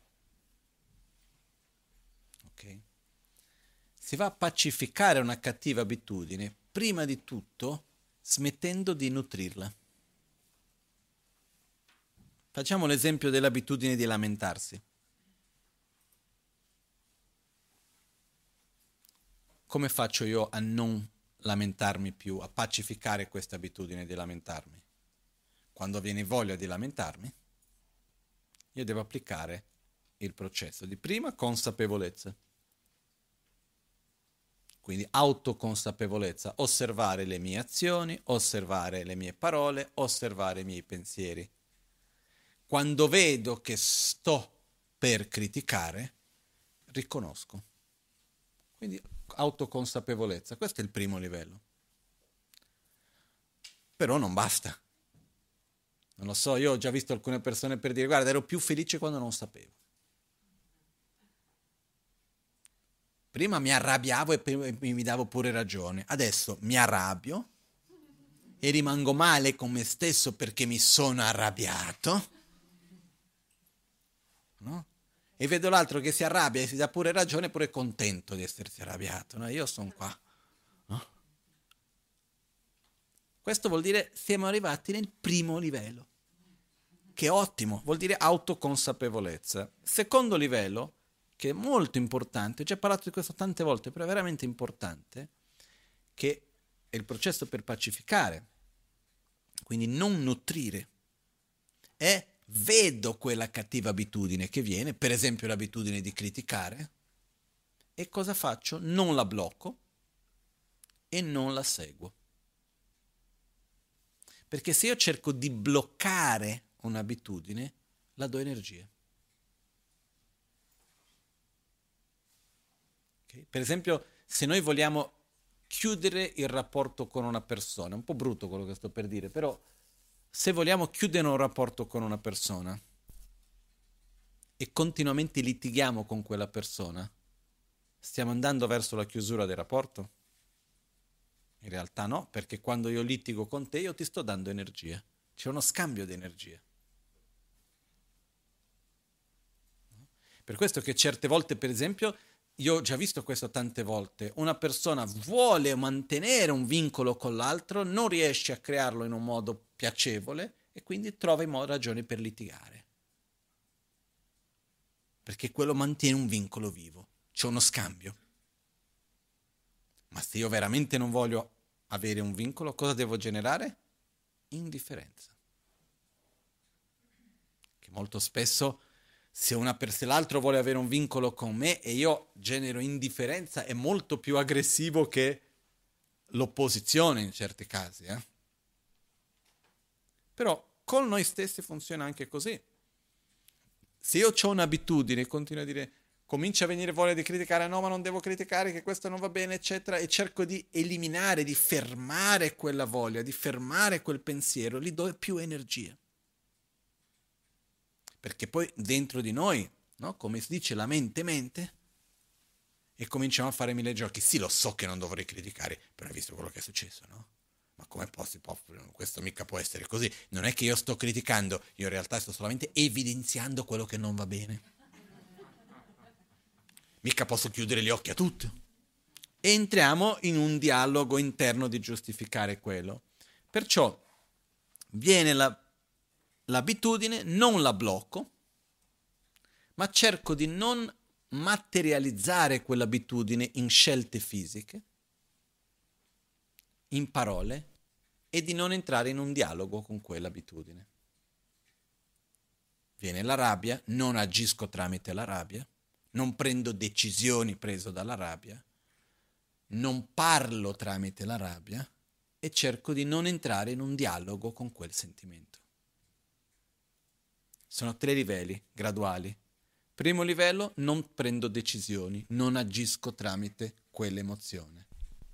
Ok? Si va a pacificare una cattiva abitudine prima di tutto smettendo di nutrirla. Facciamo l'esempio dell'abitudine di lamentarsi. Come faccio io a non lamentarmi più, a pacificare questa abitudine di lamentarmi? Quando viene voglia di lamentarmi, io devo applicare il processo di prima consapevolezza. Quindi autoconsapevolezza, osservare le mie azioni, osservare le mie parole, osservare i miei pensieri. Quando vedo che sto per criticare, riconosco. Quindi autoconsapevolezza, questo è il primo livello. Però non basta. Non lo so, io ho già visto alcune persone per dire, guarda, ero più felice quando non sapevo. Prima mi arrabbiavo e mi davo pure ragione. Adesso mi arrabbio e rimango male con me stesso perché mi sono arrabbiato. No? E vedo l'altro che si arrabbia e si dà pure ragione, pure contento di essersi arrabbiato. No? Io sono qua. No? Questo vuol dire siamo arrivati nel primo livello, che è ottimo, vuol dire autoconsapevolezza. Secondo livello, che è molto importante, ho già parlato di questo tante volte, però è veramente importante, che è il processo per pacificare, quindi non nutrire, è vedo quella cattiva abitudine che viene, per esempio l'abitudine di criticare, e cosa faccio? Non la blocco e non la seguo. Perché se io cerco di bloccare un'abitudine, la do energia. Okay? Per esempio, se noi vogliamo chiudere il rapporto con una persona, è un po' brutto quello che sto per dire, però se vogliamo chiudere un rapporto con una persona e continuamente litighiamo con quella persona, stiamo andando verso la chiusura del rapporto? In realtà no, perché quando io litigo con te io ti sto dando energia. C'è uno scambio di energia. Per questo che certe volte, per esempio, io ho già visto questo tante volte, una persona vuole mantenere un vincolo con l'altro, non riesce a crearlo in un modo piacevole e quindi trova ragioni per litigare. Perché quello mantiene un vincolo vivo, c'è uno scambio. Ma se io veramente non voglio avere un vincolo, cosa devo generare? Indifferenza. Che molto spesso, se l'altro vuole avere un vincolo con me e io genero indifferenza, è molto più aggressivo che l'opposizione in certi casi. Però con noi stessi funziona anche così. Se io ho un'abitudine, continuo a dire, comincia a venire voglia di criticare, no ma non devo criticare, che questo non va bene, eccetera, e cerco di eliminare, di fermare quella voglia, di fermare quel pensiero, gli do più energia. Perché poi dentro di noi, no? Come si dice, la mente mente, e cominciamo a fare mille giochi. Sì, lo so che non dovrei criticare, però hai visto quello che è successo, no? Ma come questo mica può essere così. Non è che io sto criticando, io in realtà sto solamente evidenziando quello che non va bene. Mica posso chiudere gli occhi a tutto. E entriamo in un dialogo interno di giustificare quello. Perciò viene l'abitudine, non la blocco, ma cerco di non materializzare quell'abitudine in scelte fisiche, in parole, e di non entrare in un dialogo con quell'abitudine. Viene la rabbia, non agisco tramite la rabbia, non prendo decisioni preso dalla rabbia, non parlo tramite la rabbia e cerco di non entrare in un dialogo con quel sentimento. Sono 3 livelli graduali. Primo livello, non prendo decisioni, non agisco tramite quell'emozione.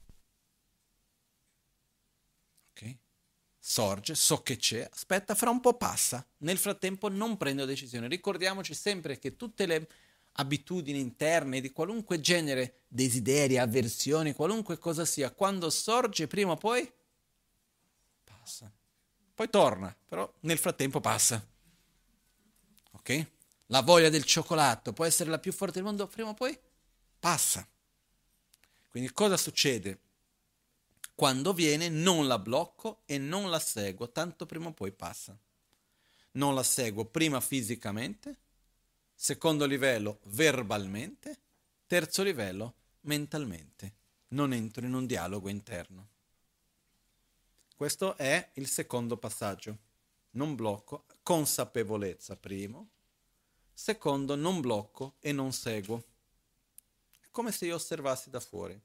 Ok? Sorge, so che c'è, aspetta, fra un po' passa. Nel frattempo non prendo decisioni. Ricordiamoci sempre che tutte le abitudini interne di qualunque genere, desideri, avversioni, qualunque cosa sia, quando sorge prima o poi passa. Poi torna, però nel frattempo passa. Ok? La voglia del cioccolato può essere la più forte del mondo, prima o poi passa. Quindi cosa succede? Quando viene non la blocco e non la seguo, tanto prima o poi passa. Non la seguo prima fisicamente, secondo livello verbalmente, terzo livello mentalmente. Non entro in un dialogo interno. Questo è il secondo passaggio. Non blocco, consapevolezza primo, secondo non blocco e non seguo. È come se io osservassi da fuori.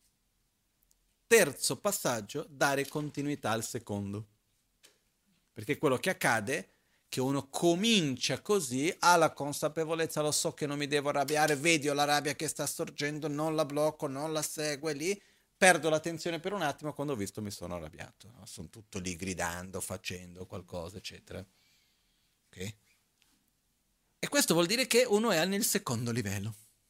Terzo passaggio, dare continuità al secondo. Perché quello che accade è che uno comincia così, ha la consapevolezza, lo so che non mi devo arrabbiare, vedi la rabbia che sta sorgendo, non la blocco, non la seguo, e lì perdo l'attenzione per un attimo, quando ho visto mi sono arrabbiato. No? Sono tutto lì gridando, facendo qualcosa, eccetera. Ok? E questo vuol dire che uno è nel secondo livello.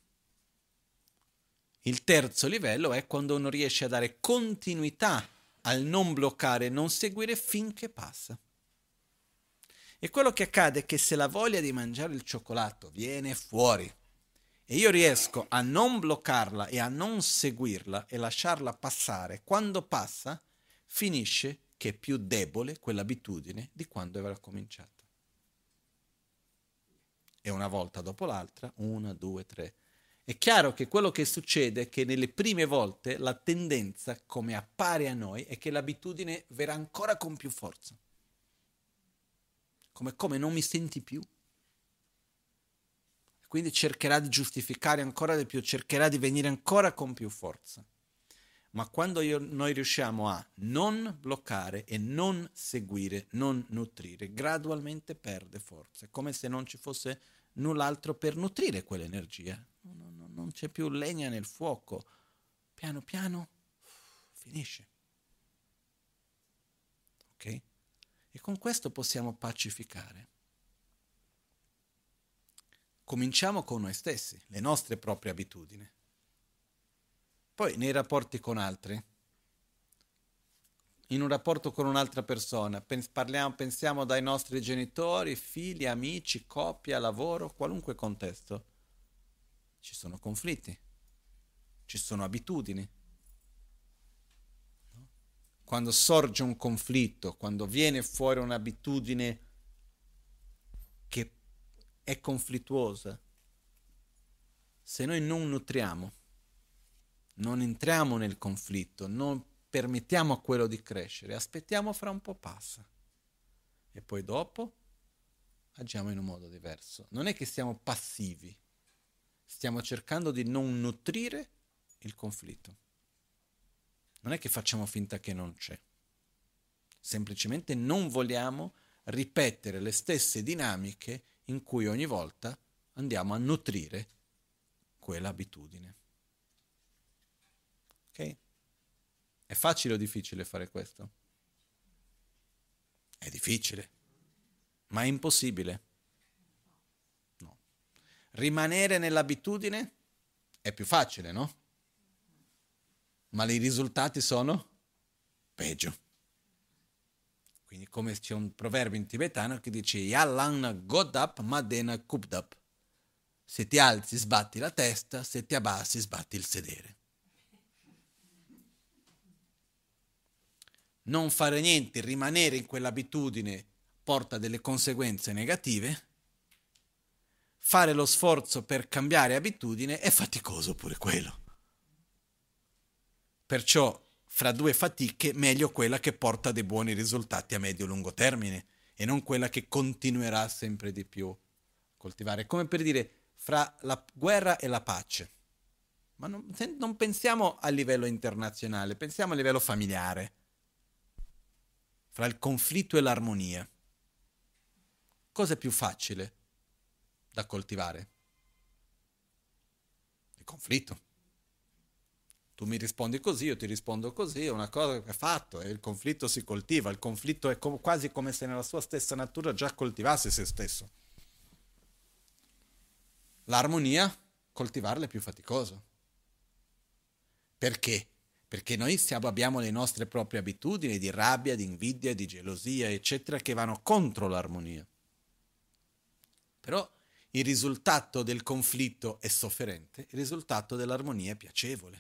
Il terzo livello è quando uno riesce a dare continuità al non bloccare e non seguire finché passa. E quello che accade è che se la voglia di mangiare il cioccolato viene fuori e io riesco a non bloccarla e a non seguirla e lasciarla passare, quando passa finisce che è più debole quell'abitudine di quando aveva cominciato. E una volta dopo l'altra, 1, 2, 3. È chiaro che quello che succede è che nelle prime volte la tendenza, come appare a noi, è che l'abitudine verrà ancora con più forza. Come non mi senti più. Quindi cercherà di giustificare ancora di più, cercherà di venire ancora con più forza. Ma quando noi riusciamo a non bloccare e non seguire, non nutrire, gradualmente perde forza. È come se non ci fosse null'altro per nutrire quell'energia. Non c'è più legna nel fuoco. Piano piano finisce. Ok? E con questo possiamo pacificare. Cominciamo con noi stessi, le nostre proprie abitudini. Poi nei rapporti con altri, in un rapporto con un'altra persona, pensiamo dai nostri genitori, figli, amici, coppia, lavoro, qualunque contesto. Ci sono conflitti, ci sono abitudini. Quando sorge un conflitto, quando viene fuori un'abitudine che è conflittuosa, se noi non nutriamo, non entriamo nel conflitto, non permettiamo a quello di crescere, aspettiamo fra un po' passa e poi dopo agiamo in un modo diverso. Non è che siamo passivi, stiamo cercando di non nutrire il conflitto. Non è che facciamo finta che non c'è, semplicemente non vogliamo ripetere le stesse dinamiche in cui ogni volta andiamo a nutrire quell'abitudine. Ok? È facile o difficile fare questo? È difficile, ma è impossibile. No. Rimanere nell'abitudine è più facile, no? Ma i risultati sono peggio. Quindi come c'è un proverbio in tibetano che dice Yalang Godap Madena Kupdap. Se ti alzi sbatti la testa, se ti abbassi sbatti il sedere. Non fare niente, rimanere in quell'abitudine porta delle conseguenze negative. Fare lo sforzo per cambiare abitudine è faticoso pure quello. Perciò, fra due fatiche, meglio quella che porta dei buoni risultati a medio-lungo termine e non quella che continuerà sempre di più a coltivare. Come per dire, fra la guerra e la pace. Ma non pensiamo a livello internazionale, pensiamo a livello familiare. Fra il conflitto e l'armonia. Cosa è più facile da coltivare? Il conflitto. Tu mi rispondi così, io ti rispondo così, è una cosa che è fatto, e il conflitto si coltiva, il conflitto è quasi come se nella sua stessa natura già coltivasse se stesso. L'armonia, coltivarla è più faticoso. Perché? Perché noi abbiamo le nostre proprie abitudini di rabbia, di invidia, di gelosia, eccetera, che vanno contro l'armonia. Però il risultato del conflitto è sofferente, il risultato dell'armonia è piacevole.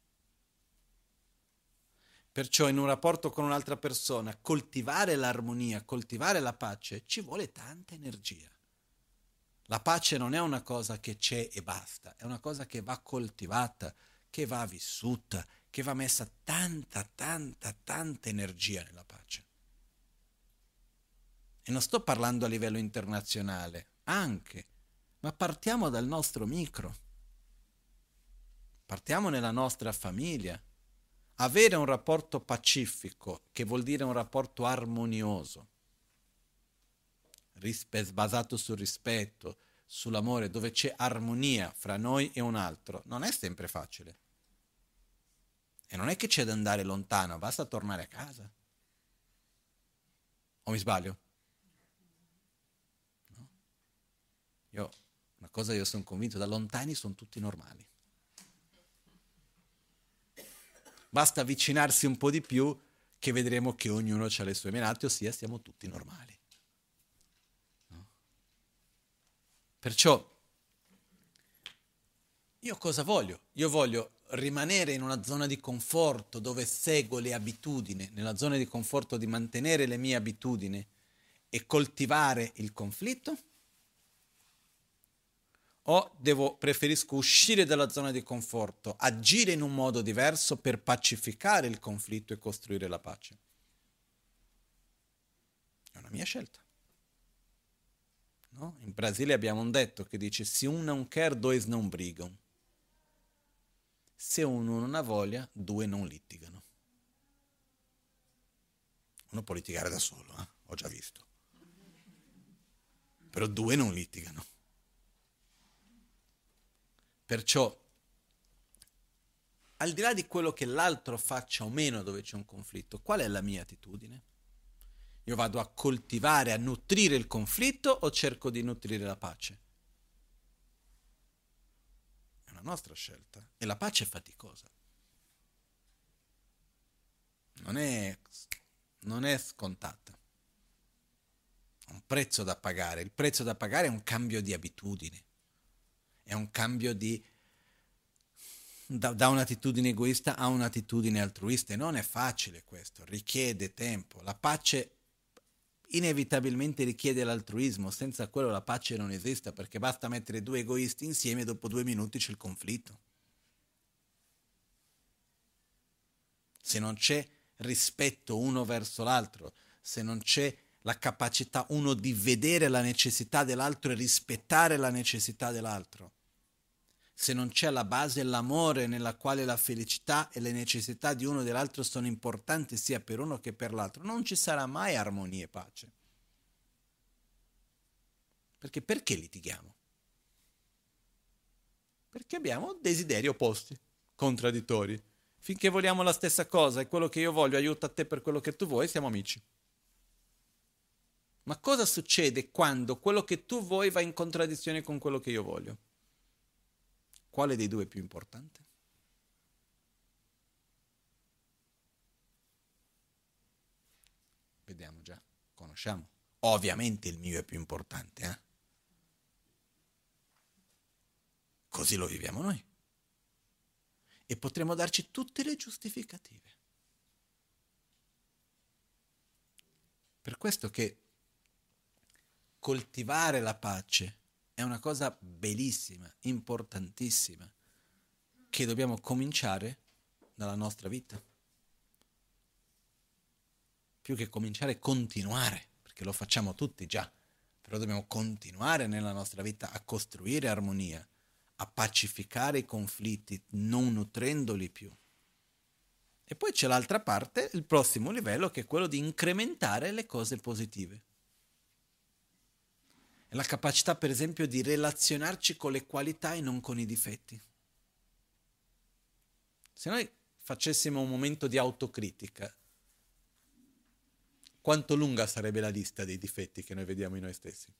Perciò in un rapporto con un'altra persona, coltivare l'armonia, coltivare la pace, ci vuole tanta energia. La pace non è una cosa che c'è e basta, è una cosa che va coltivata, che va vissuta, che va messa tanta energia nella pace. E non sto parlando a livello internazionale, anche, ma partiamo dal nostro micro. Partiamo nella nostra famiglia. Avere un rapporto pacifico, che vuol dire un rapporto armonioso, basato sul rispetto, sull'amore, dove c'è armonia fra noi e un altro, non è sempre facile. E non è che c'è da andare lontano, basta tornare a casa. O mi sbaglio? No? Io sono convinto, da lontani sono tutti normali. Basta avvicinarsi un po' di più che vedremo che ognuno ha le sue menate, ossia siamo tutti normali. No? Perciò, io cosa voglio? Io voglio rimanere in una zona di conforto dove seguo le abitudini, nella zona di conforto di mantenere le mie abitudini e coltivare il conflitto? O preferisco uscire dalla zona di conforto, agire in un modo diverso per pacificare il conflitto e costruire la pace? È una mia scelta. No? In Brasile abbiamo un detto che dice: se um não quer, dois não brigam. Se uno non ha voglia, due non litigano. Uno può litigare da solo, ho già visto. Però due non litigano. Perciò, al di là di quello che l'altro faccia o meno dove c'è un conflitto, qual è la mia attitudine? Io vado a coltivare, a nutrire il conflitto o cerco di nutrire la pace? È una nostra scelta. E la pace è faticosa. Non è scontata. Ha un prezzo da pagare. Il prezzo da pagare è un cambio di abitudini. È un cambio da un'attitudine egoista a un'attitudine altruista. E non è facile questo. Richiede tempo. La pace inevitabilmente richiede l'altruismo, senza quello la pace non esiste, perché basta mettere due egoisti insieme e dopo 2 minuti c'è il conflitto. Se non c'è rispetto uno verso l'altro, se non c'è la capacità uno di vedere la necessità dell'altro e rispettare la necessità dell'altro, se non c'è alla base l'amore nella quale la felicità e le necessità di uno e dell'altro sono importanti sia per uno che per l'altro, non ci sarà mai armonia e pace. Perché litighiamo? Perché abbiamo desideri opposti, contraddittori. Finché vogliamo la stessa cosa e quello che io voglio aiuta te per quello che tu vuoi, siamo amici. Ma cosa succede quando quello che tu vuoi va in contraddizione con quello che io voglio? Quale dei due è più importante? Vediamo già, conosciamo. Ovviamente il mio è più importante, Così lo viviamo noi. E potremo darci tutte le giustificative. Per questo che coltivare la pace è una cosa bellissima, importantissima, che dobbiamo cominciare dalla nostra vita. Più che cominciare, continuare, perché lo facciamo tutti già, però dobbiamo continuare nella nostra vita a costruire armonia, a pacificare i conflitti, non nutrendoli più. E poi c'è l'altra parte, il prossimo livello, che è quello di incrementare le cose positive. È la capacità, per esempio, di relazionarci con le qualità e non con i difetti. Se noi facessimo un momento di autocritica, quanto lunga sarebbe la lista dei difetti che noi vediamo in noi stessi?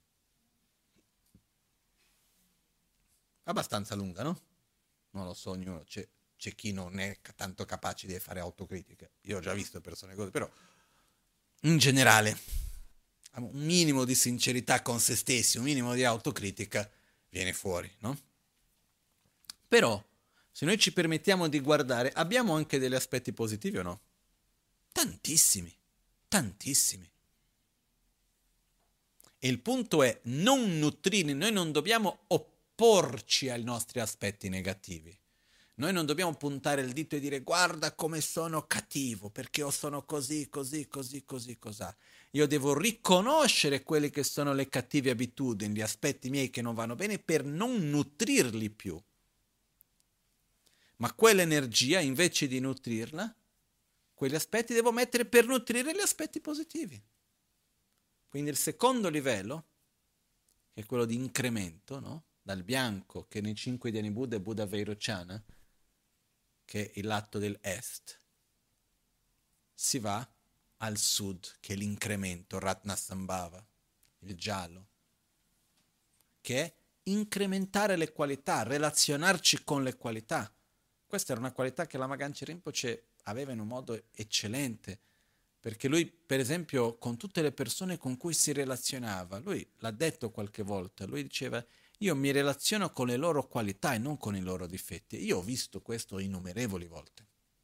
Abbastanza lunga, no? Non lo so, ognuno c'è chi non è tanto capace di fare autocritica. Io ho già visto persone così, però in generale un minimo di sincerità con se stessi, un minimo di autocritica viene fuori, no? Però, se noi ci permettiamo di guardare, abbiamo anche degli aspetti positivi o no? Tantissimi, tantissimi. E il punto è non nutrire, noi non dobbiamo opporci ai nostri aspetti negativi. Noi non dobbiamo puntare il dito e dire guarda come sono cattivo, perché io sono così, così, così, così, cos'ha. Io devo riconoscere quelle che sono le cattive abitudini, gli aspetti miei che non vanno bene per non nutrirli più. Ma quell'energia, invece di nutrirla, quegli aspetti devo mettere per nutrire gli aspetti positivi. Quindi il secondo livello, che è quello di incremento, no? Dal bianco, che nei 5 Dhyani Buddha è Buddha Vairocana, che è il lato dell'est, si va al sud, che è l'incremento, Ratnasambhava, il giallo, che è incrementare le qualità, relazionarci con le qualità. Questa era una qualità che Lama Ganchen Rinpoche aveva in un modo eccellente, perché lui, per esempio, con tutte le persone con cui si relazionava, lui l'ha detto qualche volta, lui diceva, Io mi relaziono con le loro qualità e non con i loro difetti. Io ho visto questo innumerevoli volte.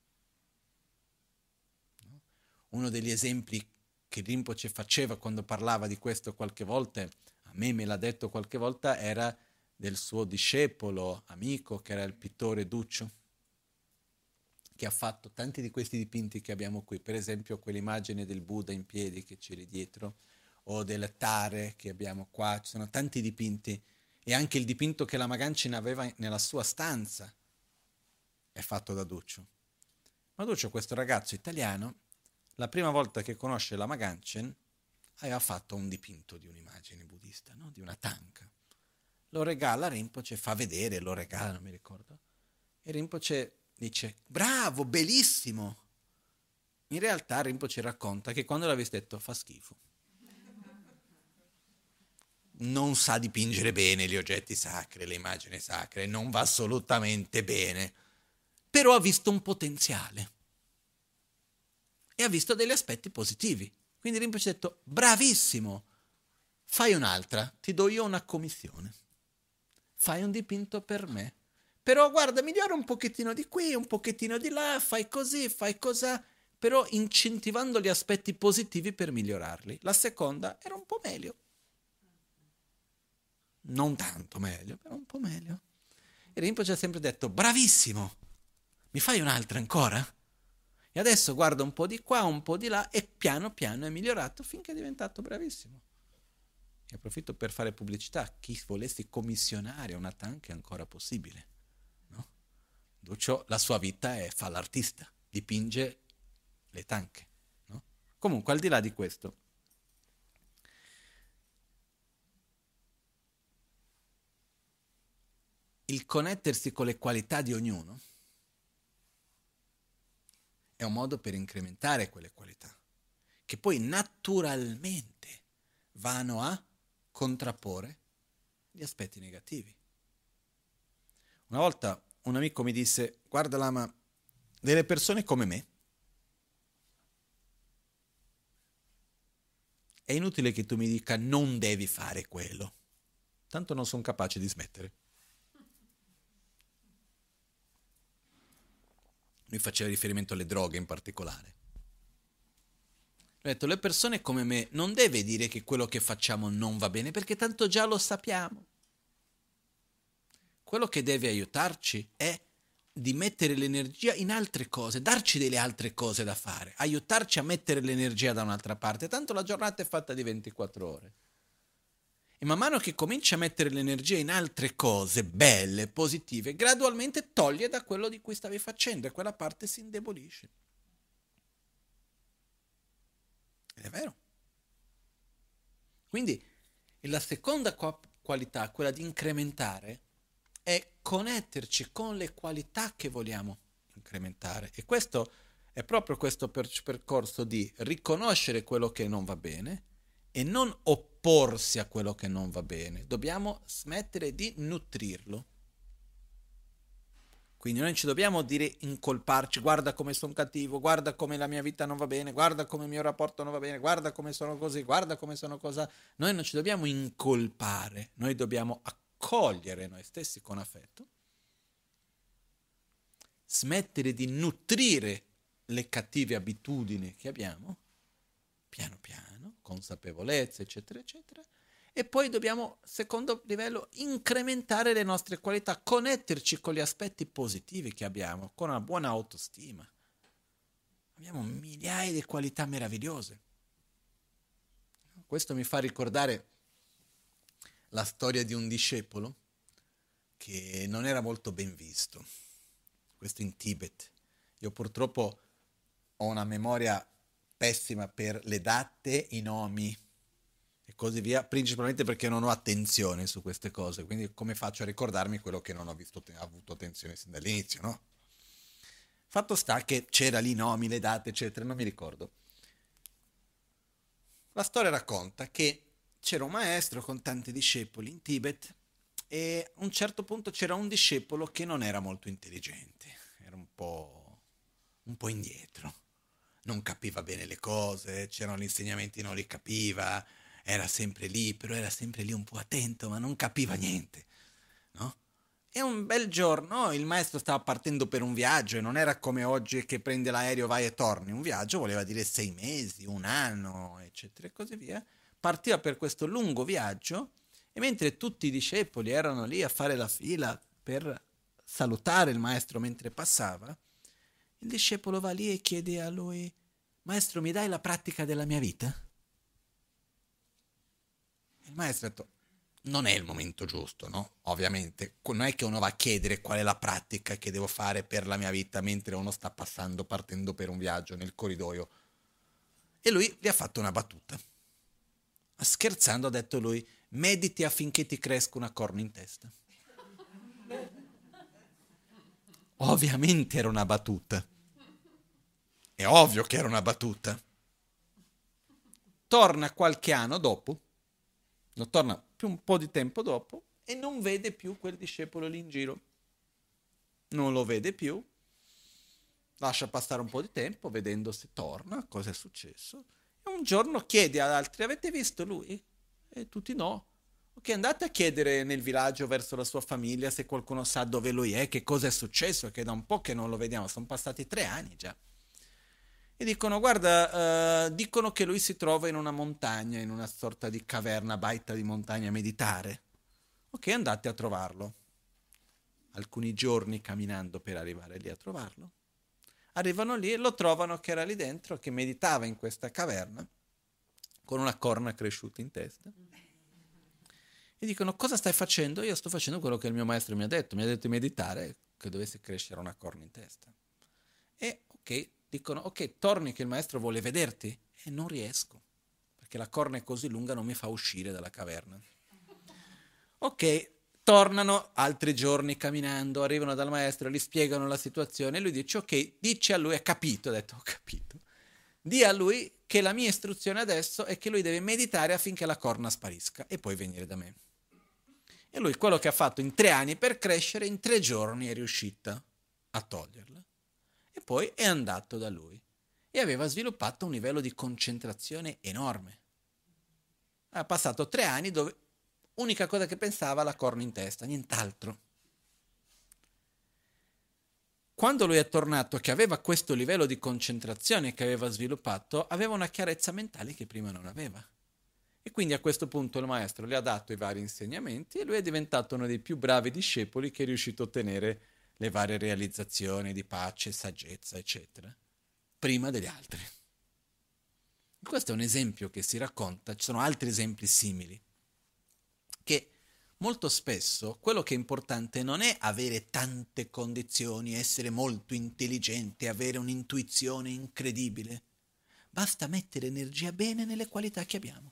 Uno degli esempi che Rinpoche faceva quando parlava di questo qualche volta, a me l'ha detto qualche volta, era del suo discepolo, amico, che era il pittore Duccio, che ha fatto tanti di questi dipinti che abbiamo qui, per esempio quell'immagine del Buddha in piedi che c'è lì dietro, o del Tare che abbiamo qua, ci sono tanti dipinti, e anche il dipinto che la Maganchen aveva nella sua stanza è fatto da Duccio. Ma Duccio, questo ragazzo italiano, la prima volta che conosce la Maganchen, aveva fatto un dipinto di un'immagine buddista, no? Di una tanca. Lo regala a Rinpoche, fa vedere, lo regala, non mi ricordo, e Rinpoche dice, bravo, bellissimo. In realtà Rinpoche racconta che quando l'ha visto detto, fa schifo. Non sa dipingere bene gli oggetti sacri, le immagini sacre, non va assolutamente bene, però ha visto un potenziale e ha visto degli aspetti positivi. Quindi Rinpoche ha detto, bravissimo, fai un'altra, ti do io una commissione, fai un dipinto per me. Però guarda, migliora un pochettino di qui, un pochettino di là, fai così, fai cos'ha, però incentivando gli aspetti positivi per migliorarli. La seconda era un po' meglio. Non tanto meglio, però un po' meglio. E Rinpoche ha sempre detto, bravissimo, mi fai un'altra ancora? E adesso guarda un po' di qua, un po' di là, e piano piano è migliorato finché è diventato bravissimo. E approfitto per fare pubblicità, chi volesse commissionare una tanca è ancora possibile. No? Duccio, la sua vita è fa l'artista, dipinge le tanche. No? Comunque, al di là di questo, il connettersi con le qualità di ognuno è un modo per incrementare quelle qualità, che poi naturalmente vanno a contrapporre gli aspetti negativi. Una volta un amico mi disse, guarda Lama, delle persone come me, è inutile che tu mi dica non devi fare quello, tanto non sono capace di smettere. Lui faceva riferimento alle droghe in particolare. Ho detto, le persone come me non deve dire che quello che facciamo non va bene, perché tanto già lo sappiamo. Quello che deve aiutarci è di mettere l'energia in altre cose, darci delle altre cose da fare, aiutarci a mettere l'energia da un'altra parte, tanto la giornata è fatta di 24 ore. E man mano che cominci a mettere l'energia in altre cose belle, positive, gradualmente toglie da quello di cui stavi facendo e quella parte si indebolisce. Ed è vero. Quindi la seconda qualità, quella di incrementare, è connetterci con le qualità che vogliamo incrementare. E questo è proprio questo percorso di riconoscere quello che non va bene e non opporsi a quello che non va bene. Dobbiamo smettere di nutrirlo. Quindi noi ci dobbiamo dire incolparci, guarda come sono cattivo, guarda come la mia vita non va bene, guarda come il mio rapporto non va bene, guarda come sono così, guarda come sono cosa. Noi non ci dobbiamo incolpare, noi dobbiamo accogliere noi stessi con affetto, smettere di nutrire le cattive abitudini che abbiamo, piano piano, consapevolezza, eccetera, eccetera, e poi dobbiamo, secondo livello, incrementare le nostre qualità, connetterci con gli aspetti positivi che abbiamo, con una buona autostima. Abbiamo migliaia di qualità meravigliose. Questo mi fa ricordare la storia di un discepolo che non era molto ben visto, questo in Tibet. Io purtroppo ho una memoria pessima per le date, i nomi e così via, principalmente perché non ho attenzione su queste cose, quindi come faccio a ricordarmi quello che non ho visto, avuto attenzione sin dall'inizio, no? Fatto sta che c'era lì i nomi, le date, eccetera, non mi ricordo. La storia racconta che c'era un maestro con tanti discepoli in Tibet e a un certo punto c'era un discepolo che non era molto intelligente, era un po' indietro, non capiva bene le cose, c'erano gli insegnamenti, non li capiva, era sempre lì, però era sempre lì un po' attento, ma non capiva niente, no? E un bel giorno il maestro stava partendo per un viaggio e non era come oggi che prende l'aereo, vai e torni. Un viaggio voleva dire 6 mesi, un anno, eccetera e così via. Partiva per questo lungo viaggio e mentre tutti i discepoli erano lì a fare la fila per salutare il maestro mentre passava, il discepolo va lì e chiede a lui: maestro, mi dai la pratica della mia vita? Il maestro ha detto: non è il momento giusto, no? Ovviamente, non è che uno va a chiedere qual è la pratica che devo fare per la mia vita mentre uno sta passando, partendo per un viaggio nel corridoio. E lui gli ha fatto una battuta. Scherzando ha detto lui: mediti affinché ti cresca una corna in testa. Ovviamente era una battuta. È ovvio che era una battuta. Torna qualche anno dopo, torna più un po' di tempo dopo, e non vede più quel discepolo lì in giro. Non lo vede più, lascia passare un po' di tempo, vedendo se torna, cosa è successo. E un giorno chiede ad altri: avete visto lui? E tutti no. Ok, andate a chiedere nel villaggio verso la sua famiglia se qualcuno sa dove lui è, che cosa è successo, che da un po' che non lo vediamo, sono passati 3 anni già. E dicono: guarda, dicono che lui si trova in una montagna, in una sorta di caverna, baita di montagna a meditare. Ok, andate a trovarlo. Alcuni giorni camminando per arrivare lì a trovarlo. Arrivano lì e lo trovano che era lì dentro, che meditava in questa caverna, con una corna cresciuta in testa. E dicono: cosa stai facendo? Io sto facendo quello che il mio maestro mi ha detto di meditare, che dovesse crescere una corna in testa. E ok, dicono: ok, torni che il maestro vuole vederti. E non riesco, perché la corna è così lunga, non mi fa uscire dalla caverna. Ok, tornano altri giorni camminando, arrivano dal maestro, gli spiegano la situazione e lui dice: ok, dici a lui, ha capito. Ha detto: ho capito. Dì a lui che la mia istruzione adesso è che lui deve meditare affinché la corna sparisca e poi venire da me. E lui quello che ha fatto in 3 anni per crescere, in 3 giorni è riuscita a toglierla. E poi è andato da lui. E aveva sviluppato un livello di concentrazione enorme. Ha passato 3 anni dove unica cosa che pensava la corna in testa, nient'altro. Quando lui è tornato, che aveva questo livello di concentrazione che aveva sviluppato, aveva una chiarezza mentale che prima non aveva. E quindi a questo punto il maestro le ha dato i vari insegnamenti e lui è diventato uno dei più bravi discepoli che è riuscito a ottenere le varie realizzazioni di pace, saggezza, eccetera, prima degli altri. Questo è un esempio che si racconta, ci sono altri esempi simili, che molto spesso quello che è importante non è avere tante condizioni, essere molto intelligente, avere un'intuizione incredibile, basta mettere energia bene nelle qualità che abbiamo.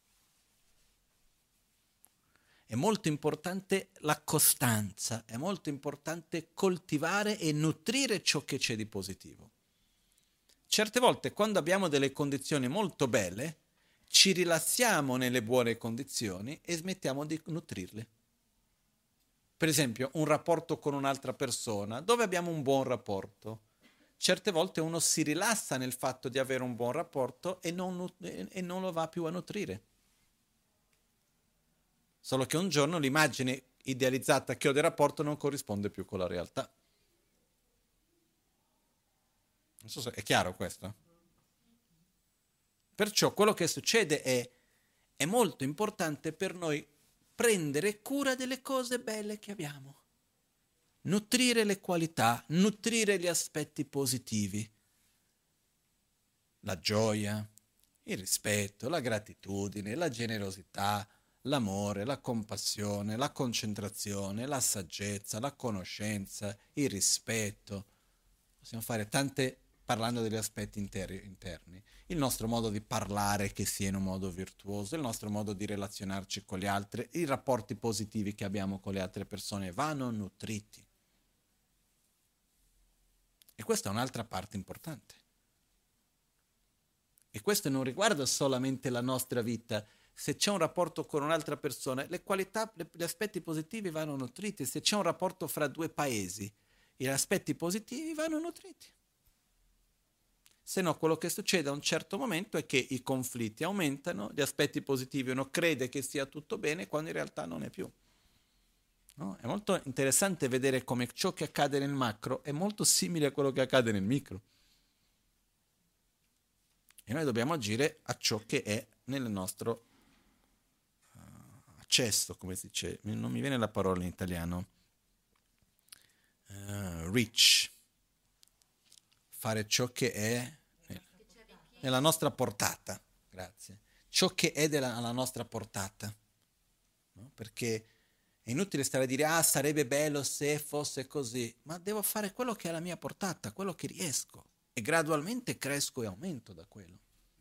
È molto importante la costanza, è molto importante coltivare e nutrire ciò che c'è di positivo. Certe volte quando abbiamo delle condizioni molto belle, ci rilassiamo nelle buone condizioni e smettiamo di nutrirle. Per esempio, un rapporto con un'altra persona, dove abbiamo un buon rapporto. Certe volte uno si rilassa nel fatto di avere un buon rapporto e non lo va più a nutrire. Solo che un giorno l'immagine idealizzata che ho del rapporto non corrisponde più con la realtà. Non so se è chiaro questo. Perciò quello che succede è molto importante per noi prendere cura delle cose belle che abbiamo. Nutrire le qualità, nutrire gli aspetti positivi. La gioia, il rispetto, la gratitudine, la generosità, l'amore, la compassione, la concentrazione, la saggezza, la conoscenza, il rispetto. Possiamo fare tante, parlando degli aspetti interni. Il nostro modo di parlare che sia in un modo virtuoso, il nostro modo di relazionarci con gli altri, i rapporti positivi che abbiamo con le altre persone vanno nutriti. E questa è un'altra parte importante. E questo non riguarda solamente la nostra vita. Se c'è un rapporto con un'altra persona, le qualità, gli aspetti positivi vanno nutriti. Se c'è un rapporto fra due paesi, gli aspetti positivi vanno nutriti. Se no, quello che succede a un certo momento è che i conflitti aumentano, gli aspetti positivi uno crede che sia tutto bene quando in realtà non è più. No? È molto interessante vedere come ciò che accade nel macro è molto simile a quello che accade nel micro. E noi dobbiamo agire a ciò che è nel nostro accesso, come si dice, non mi viene la parola in italiano. Reach. Fare ciò che è nella nostra portata. Grazie. Ciò che è alla nostra portata. No? Perché è inutile stare a dire, ah, sarebbe bello se fosse così, ma devo fare quello che è alla mia portata, quello che riesco. E gradualmente cresco e aumento da quello.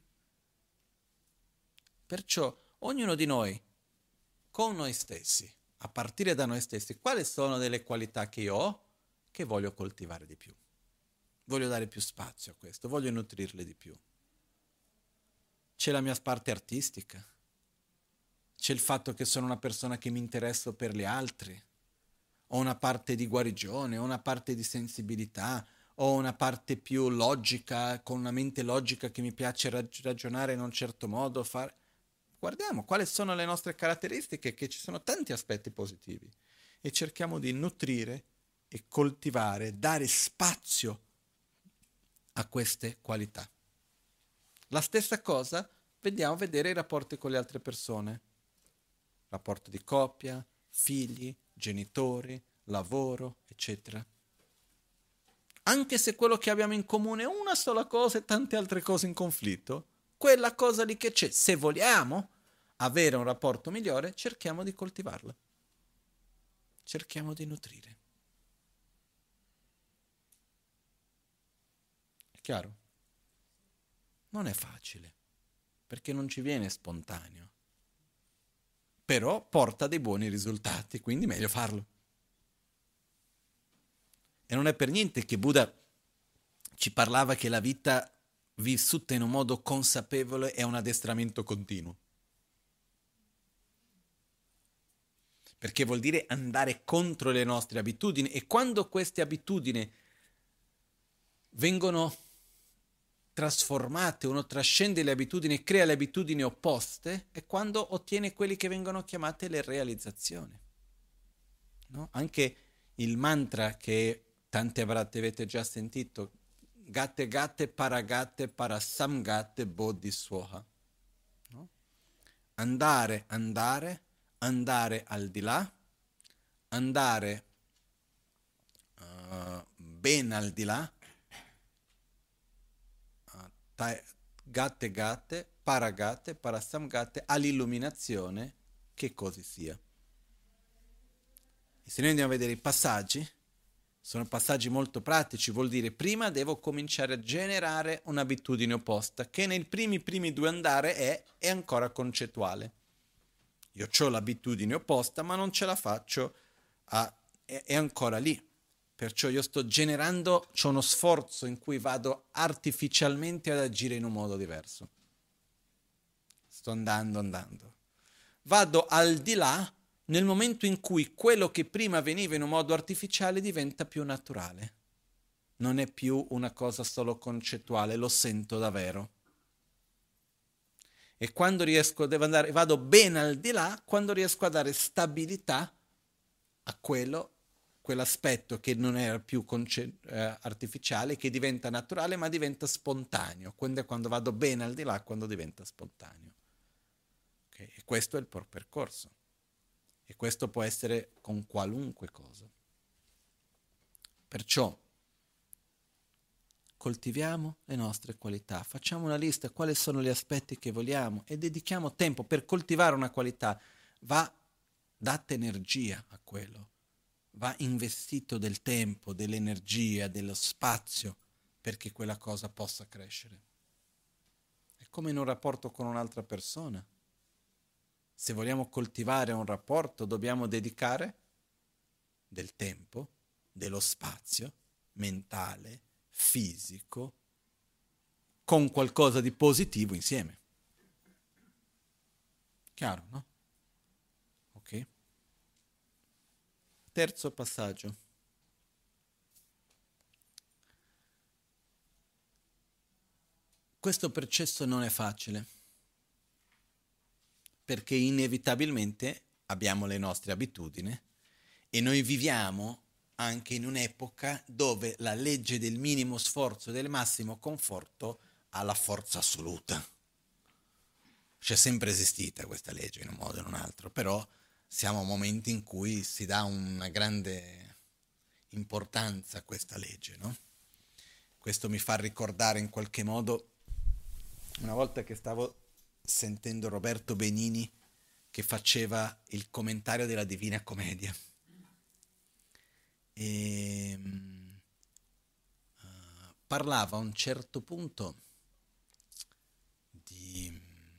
Perciò ognuno di noi, con noi stessi, a partire da noi stessi, quali sono delle qualità che io ho che voglio coltivare di più? Voglio dare più spazio a questo, voglio nutrirle di più. C'è la mia parte artistica, c'è il fatto che sono una persona che mi interesso per gli altri, ho una parte di guarigione, ho una parte di sensibilità, ho una parte più logica, con una mente logica che mi piace ragionare in un certo modo, fare... Guardiamo quali sono le nostre caratteristiche, che ci sono tanti aspetti positivi e cerchiamo di nutrire e coltivare, dare spazio a queste qualità. La stessa cosa vediamo vedere i rapporti con le altre persone, rapporto di coppia, figli, genitori, lavoro, eccetera. Anche se quello che abbiamo in comune è una sola cosa e tante altre cose in conflitto, quella cosa lì che c'è, se vogliamo avere un rapporto migliore, cerchiamo di coltivarla. Cerchiamo di nutrire. È chiaro? Non è facile, perché non ci viene spontaneo. Però porta dei buoni risultati, quindi meglio farlo. E non è per niente che Buddha ci parlava che la vita vissuta in un modo consapevole è un addestramento continuo. Perché vuol dire andare contro le nostre abitudini e quando queste abitudini vengono trasformate, uno trascende le abitudini e crea le abitudini opposte, è quando ottiene quelli che vengono chiamate le realizzazioni. No? Anche il mantra che tanti avete già sentito, Gatte gatte parasamgatte bodhiswaha. No? Andare, andare, andare al di là, andare ben al di là, gatte gatte, paragatte, parasamgatte, all'illuminazione, che così sia. E se noi andiamo a vedere i passaggi, sono passaggi molto pratici, vuol dire prima devo cominciare a generare un'abitudine opposta, che nei primi due andare è ancora concettuale. Io ho l'abitudine opposta, ma non ce la faccio, è ancora lì. Perciò io sto generando, c'è uno sforzo in cui vado artificialmente ad agire in un modo diverso. Sto andando. Vado al di là nel momento in cui quello che prima veniva in un modo artificiale diventa più naturale. Non è più una cosa solo concettuale, lo sento davvero. E quando riesco, vado ben al di là, quando riesco a dare stabilità a quell'aspetto che non era più artificiale, che diventa naturale, ma diventa spontaneo. Quando vado ben al di là, quando diventa spontaneo. Okay? E questo è il percorso. E questo può essere con qualunque cosa. Perciò coltiviamo le nostre qualità, facciamo una lista quali sono gli aspetti che vogliamo e dedichiamo tempo per coltivare una qualità. Date energia a quello, va investito del tempo, dell'energia, dello spazio perché quella cosa possa crescere. È come in un rapporto con un'altra persona. Se vogliamo coltivare un rapporto dobbiamo dedicare del tempo, dello spazio mentale, fisico, con qualcosa di positivo insieme. Chiaro, no? Ok? Terzo passaggio. Questo processo non è facile, perché inevitabilmente abbiamo le nostre abitudini e noi viviamo anche in un'epoca dove la legge del minimo sforzo e del massimo conforto ha la forza assoluta. C'è sempre esistita questa legge in un modo o in un altro, però siamo a momenti in cui si dà una grande importanza a questa legge, no? Questo mi fa ricordare in qualche modo una volta che stavo sentendo Roberto Benini che faceva il commentario della Divina Commedia e parlava a un certo punto di,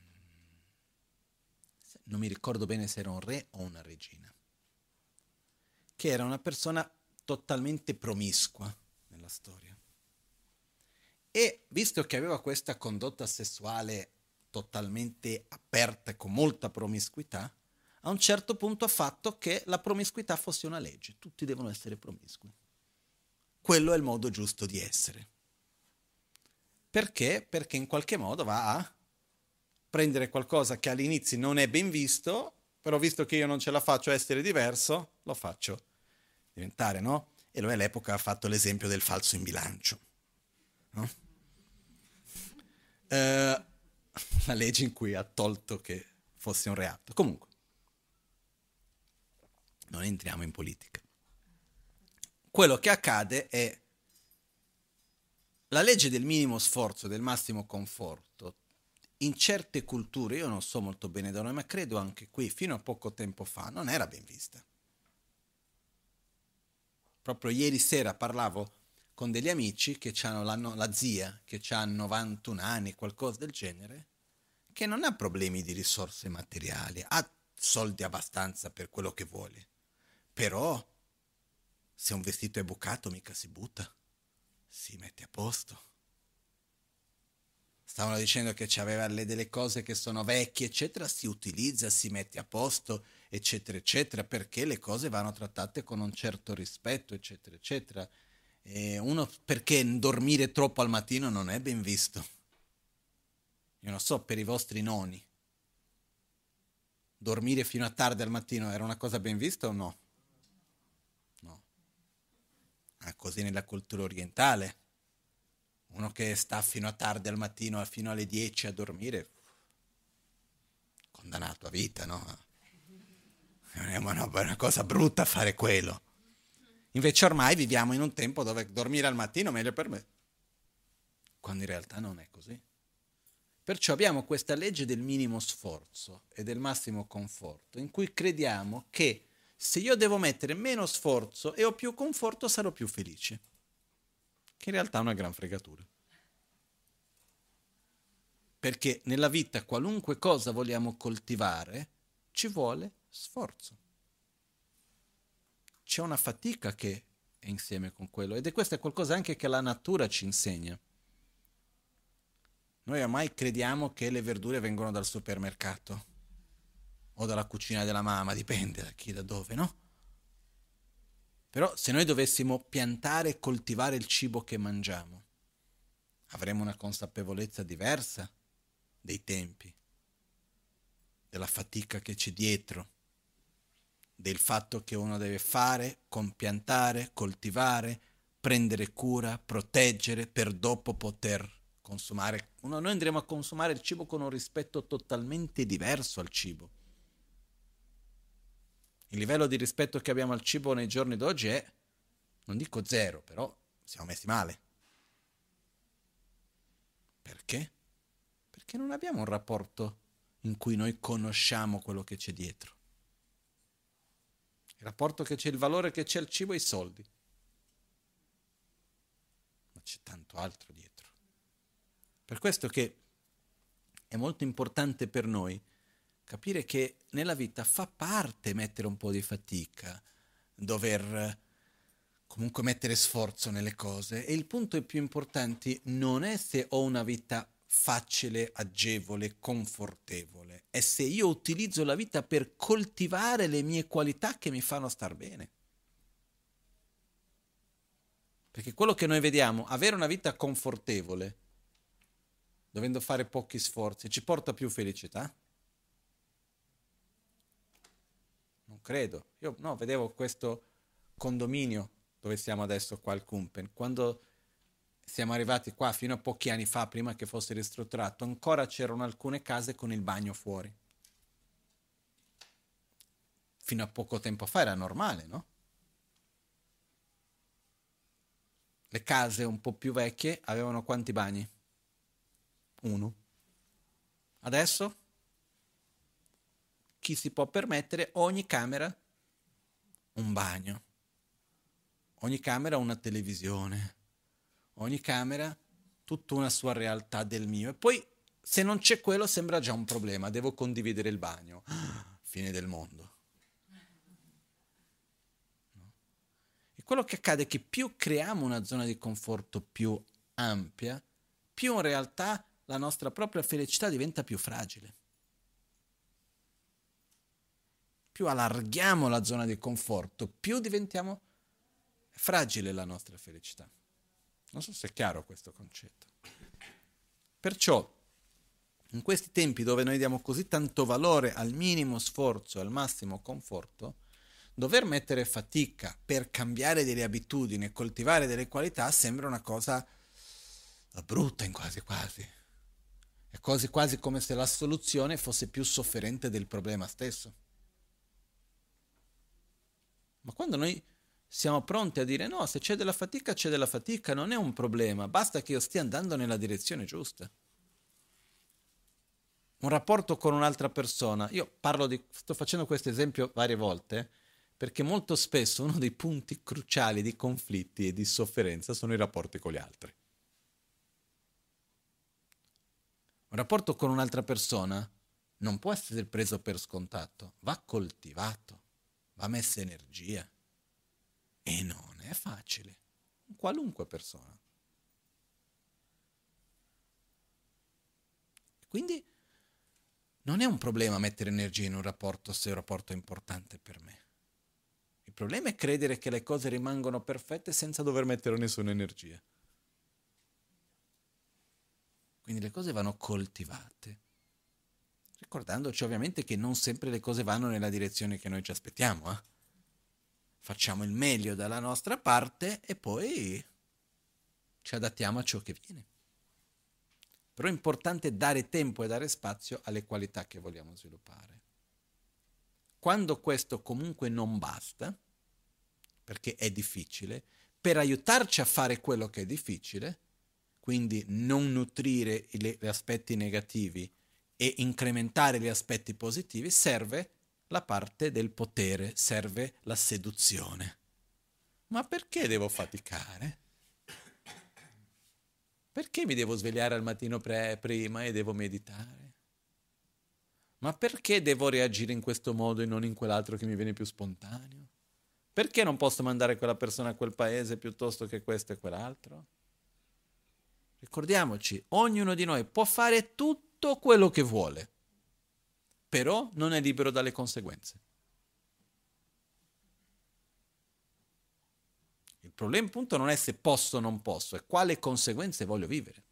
non mi ricordo bene se era un re o una regina, che era una persona totalmente promiscua nella storia. E visto che aveva questa condotta sessuale totalmente aperta e con molta promiscuità, a un certo punto ha fatto che la promiscuità fosse una legge. Tutti devono essere promiscui. Quello è il modo giusto di essere. Perché? Perché in qualche modo va a prendere qualcosa che all'inizio non è ben visto, però visto che io non ce la faccio a essere diverso, lo faccio diventare, no? E lui all'epoca ha fatto l'esempio del falso in bilancio, no? La legge in cui ha tolto che fosse un reato. Comunque, non entriamo in politica. Quello che accade è la legge del minimo sforzo e del massimo conforto. In certe culture, io non so molto bene da noi, ma credo anche qui, fino a poco tempo fa, non era ben vista. Proprio ieri sera parlavo con degli amici che hanno la zia, che ha 91 anni, qualcosa del genere, che non ha problemi di risorse materiali, ha soldi abbastanza per quello che vuole. Però, se un vestito è bucato, mica si butta, si mette a posto. Stavano dicendo che c'aveva delle cose che sono vecchie, eccetera, si utilizza, si mette a posto, eccetera, eccetera, perché le cose vanno trattate con un certo rispetto, eccetera, eccetera. E uno, perché dormire troppo al mattino non è ben visto. Io non so, per i vostri nonni, dormire fino a tardi al mattino era una cosa ben vista o no? No. Ah, così nella cultura orientale. Uno che sta fino a tardi al mattino, fino alle 10 a dormire, condannato a vita, no? È una cosa brutta fare quello. Invece ormai viviamo in un tempo dove dormire al mattino è meglio per me, quando in realtà non è così. Perciò abbiamo questa legge del minimo sforzo e del massimo conforto, in cui crediamo che se io devo mettere meno sforzo e ho più conforto sarò più felice. Che in realtà è una gran fregatura. Perché nella vita qualunque cosa vogliamo coltivare ci vuole sforzo. C'è una fatica che è insieme con quello ed è questo è qualcosa anche che la natura ci insegna. Noi ormai crediamo che le verdure vengono dal supermercato o dalla cucina della mamma, dipende da chi, da dove, no? Però se noi dovessimo piantare e coltivare il cibo che mangiamo, avremo una consapevolezza diversa dei tempi, della fatica che c'è dietro, del fatto che uno deve fare, compiantare, coltivare, prendere cura, proteggere per dopo poter consumare. Noi andremo a consumare il cibo con un rispetto totalmente diverso al cibo. Il livello di rispetto che abbiamo al cibo nei giorni d'oggi è, non dico zero, però siamo messi male. Perché? Perché non abbiamo un rapporto in cui noi conosciamo quello che c'è dietro. Il rapporto che c'è, il valore che c'è al cibo e i soldi. Ma c'è tanto altro dietro. Per questo che è molto importante per noi capire che nella vita fa parte mettere un po' di fatica, dover comunque mettere sforzo nelle cose e il punto più importante non è se ho una vita facile, agevole, confortevole, è se io utilizzo la vita per coltivare le mie qualità che mi fanno star bene. Perché quello che noi vediamo, avere una vita confortevole, dovendo fare pochi sforzi, ci porta più felicità? Non credo. Io no, vedevo questo condominio dove siamo adesso qua al Kumpen. Quando siamo arrivati qua fino a pochi anni fa, prima che fosse ristrutturato, ancora c'erano alcune case con il bagno fuori. Fino a poco tempo fa era normale, no? Le case un po' più vecchie avevano quanti bagni? Uno. Adesso chi si può permettere ogni camera un bagno, ogni camera una televisione, ogni camera tutta una sua realtà del mio. E poi se non c'è quello sembra già un problema, devo condividere il bagno. Fine del mondo. E quello che accade è che più creiamo una zona di conforto più ampia, più in realtà la nostra propria felicità diventa più fragile. Più allarghiamo la zona di conforto, più diventiamo fragile la nostra felicità. Non so se è chiaro questo concetto. Perciò, in questi tempi dove noi diamo così tanto valore al minimo sforzo, al massimo conforto, dover mettere fatica per cambiare delle abitudini e coltivare delle qualità sembra una cosa brutta in quasi quasi. È quasi quasi come se la soluzione fosse più sofferente del problema stesso. Ma quando noi siamo pronti a dire no, se c'è della fatica, non è un problema, basta che io stia andando nella direzione giusta. Un rapporto con un'altra persona, sto facendo questo esempio varie volte, perché molto spesso uno dei punti cruciali di conflitti e di sofferenza sono i rapporti con gli altri. Un rapporto con un'altra persona non può essere preso per scontato, va coltivato, va messa energia. E non è facile. Qualunque persona. Quindi non è un problema mettere energia in un rapporto se un rapporto è importante per me. Il problema è credere che le cose rimangono perfette senza dover mettere nessuna energia. Quindi le cose vanno coltivate. Ricordandoci ovviamente che non sempre le cose vanno nella direzione che noi ci aspettiamo. Facciamo il meglio dalla nostra parte e poi ci adattiamo a ciò che viene. Però è importante dare tempo e dare spazio alle qualità che vogliamo sviluppare. Quando questo comunque non basta, perché è difficile, per aiutarci a fare quello che è difficile, quindi non nutrire gli aspetti negativi e incrementare gli aspetti positivi, serve la parte del potere, serve la seduzione. Ma perché devo faticare? Perché mi devo svegliare al mattino prima e devo meditare? Ma perché devo reagire in questo modo e non in quell'altro che mi viene più spontaneo? Perché non posso mandare quella persona a quel paese piuttosto che questo e quell'altro? Ricordiamoci, ognuno di noi può fare tutto quello che vuole, però non è libero dalle conseguenze. Il problema appunto non è se posso o non posso, è quale conseguenze voglio vivere.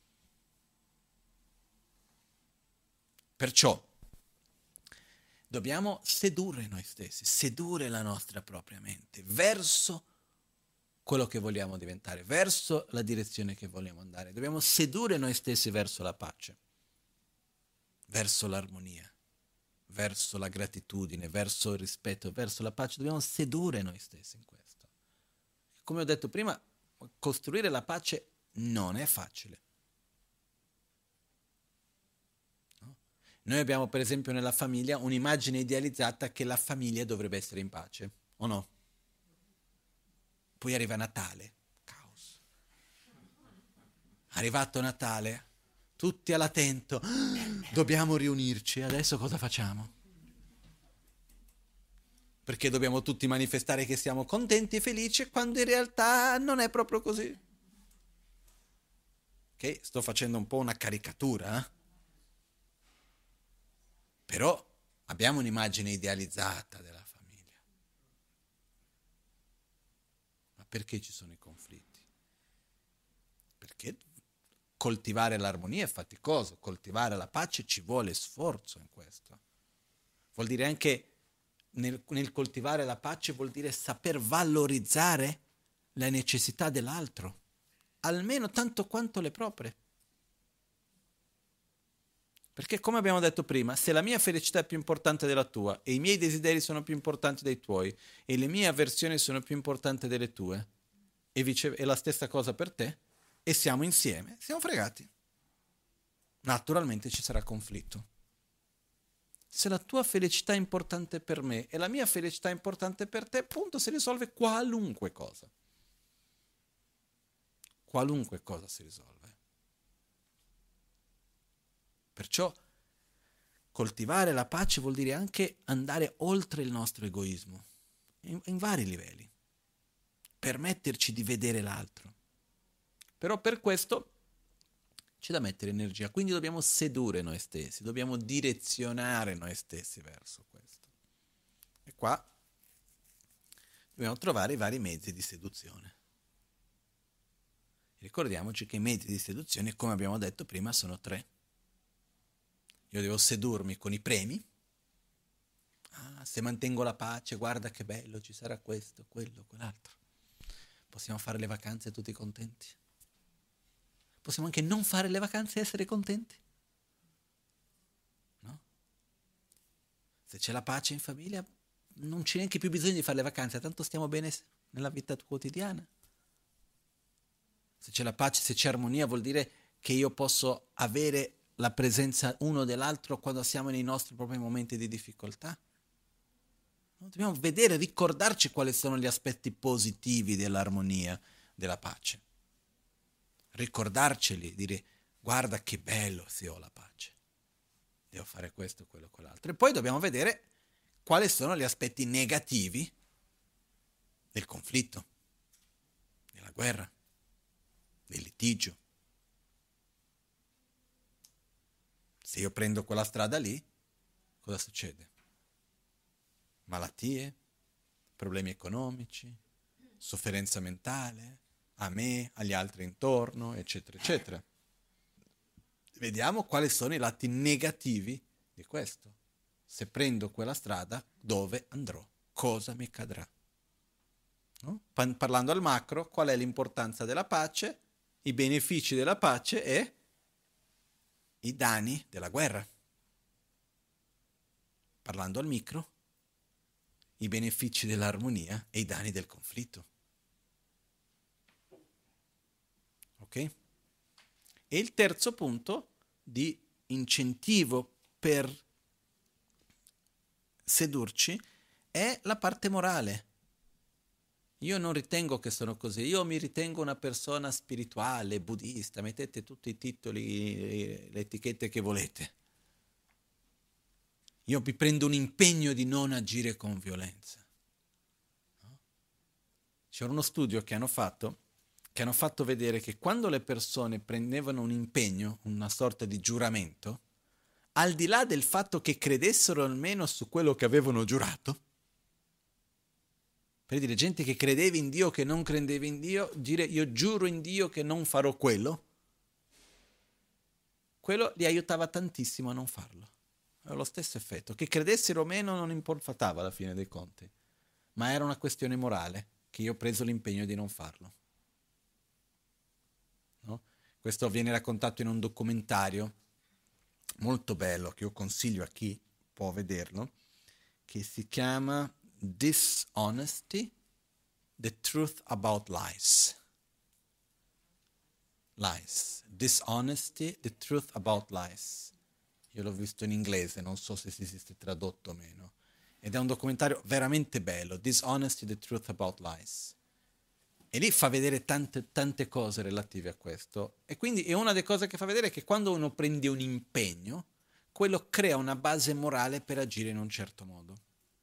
Perciò dobbiamo sedurre noi stessi, sedurre la nostra propria mente verso quello che vogliamo diventare, verso la direzione che vogliamo andare. Dobbiamo sedurre noi stessi verso la pace, verso l'armonia, verso la gratitudine, verso il rispetto, verso la pace. Dobbiamo sedurre noi stessi in questo. Come ho detto prima, costruire la pace non è facile. No? Noi abbiamo per esempio nella famiglia un'immagine idealizzata che la famiglia dovrebbe essere in pace, o no? Poi arriva Natale, caos. Arrivato Natale, tutti all'attento, dobbiamo riunirci, adesso cosa facciamo? Perché dobbiamo tutti manifestare che siamo contenti e felici quando in realtà non è proprio così. Ok? Sto facendo un po' una caricatura, Però abbiamo un'immagine idealizzata della famiglia. Ma perché ci sono i conflitti? Perché coltivare l'armonia è faticoso, coltivare la pace ci vuole sforzo in questo. Vuol dire anche nel coltivare la pace vuol dire saper valorizzare le necessità dell'altro, almeno tanto quanto le proprie. Perché come abbiamo detto prima, se la mia felicità è più importante della tua e i miei desideri sono più importanti dei tuoi e le mie avversioni sono più importanti delle tue e la stessa cosa per te e siamo insieme, siamo fregati. Naturalmente ci sarà conflitto. Se la tua felicità è importante per me e la mia felicità è importante per te, appunto si risolve qualunque cosa. Qualunque cosa si risolve. Perciò coltivare la pace vuol dire anche andare oltre il nostro egoismo, in vari livelli, permetterci di vedere l'altro. Però per questo c'è da mettere energia, quindi dobbiamo sedurre noi stessi, dobbiamo direzionare noi stessi verso questo. E qua dobbiamo trovare i vari mezzi di seduzione. Ricordiamoci che i mezzi di seduzione, come abbiamo detto prima, sono 3. Io devo sedurmi con i premi. Se mantengo la pace, guarda che bello, ci sarà questo, quello, quell'altro. Possiamo fare le vacanze tutti contenti. Possiamo anche non fare le vacanze e essere contenti. No? Se c'è la pace in famiglia, non c'è neanche più bisogno di fare le vacanze, tanto stiamo bene nella vita quotidiana. Se c'è la pace, se c'è armonia, vuol dire che io posso avere la presenza uno dell'altro quando siamo nei nostri propri momenti di difficoltà. Dobbiamo vedere, ricordarci quali sono gli aspetti positivi dell'armonia, della pace. Ricordarceli, dire guarda che bello se ho la pace. Devo fare questo, quello, quell'altro. E poi dobbiamo vedere quali sono gli aspetti negativi del conflitto, della guerra, del litigio. Se io prendo quella strada lì, cosa succede? Malattie, problemi economici, sofferenza mentale, a me, agli altri intorno, eccetera, eccetera. Vediamo quali sono i lati negativi di questo. Se prendo quella strada, dove andrò? Cosa mi accadrà? No? Parlando al macro, qual è l'importanza della pace, i benefici della pace e i danni della guerra. Parlando al micro, i benefici dell'armonia e i danni del conflitto. Ok? E il terzo punto di incentivo per sedurci è la parte morale. Io non ritengo che sono così, io mi ritengo una persona spirituale, buddista, mettete tutti i titoli, le etichette che volete. Io mi prendo un impegno di non agire con violenza. No? C'era uno studio che hanno fatto vedere che quando le persone prendevano un impegno, una sorta di giuramento, al di là del fatto che credessero almeno su quello che avevano giurato, per dire gente che credeva in Dio, che non credeva in Dio, dire io giuro in Dio che non farò quello li aiutava tantissimo a non farlo. Aveva lo stesso effetto, che credessero o meno non importava alla fine dei conti, ma era una questione morale, che io ho preso l'impegno di non farlo. No? Questo viene raccontato in un documentario molto bello, che io consiglio a chi può vederlo, che si chiama Dishonesty, The Truth About Lies. Lies. Dishonesty, The Truth About Lies. Io l'ho visto in inglese, non so se si esiste tradotto o meno. Ed è un documentario veramente bello, Dishonesty, The Truth About Lies. E lì fa vedere tante cose relative a questo. E quindi è una delle cose che fa vedere che quando uno prende un impegno, quello crea una base morale per agire in un certo modo.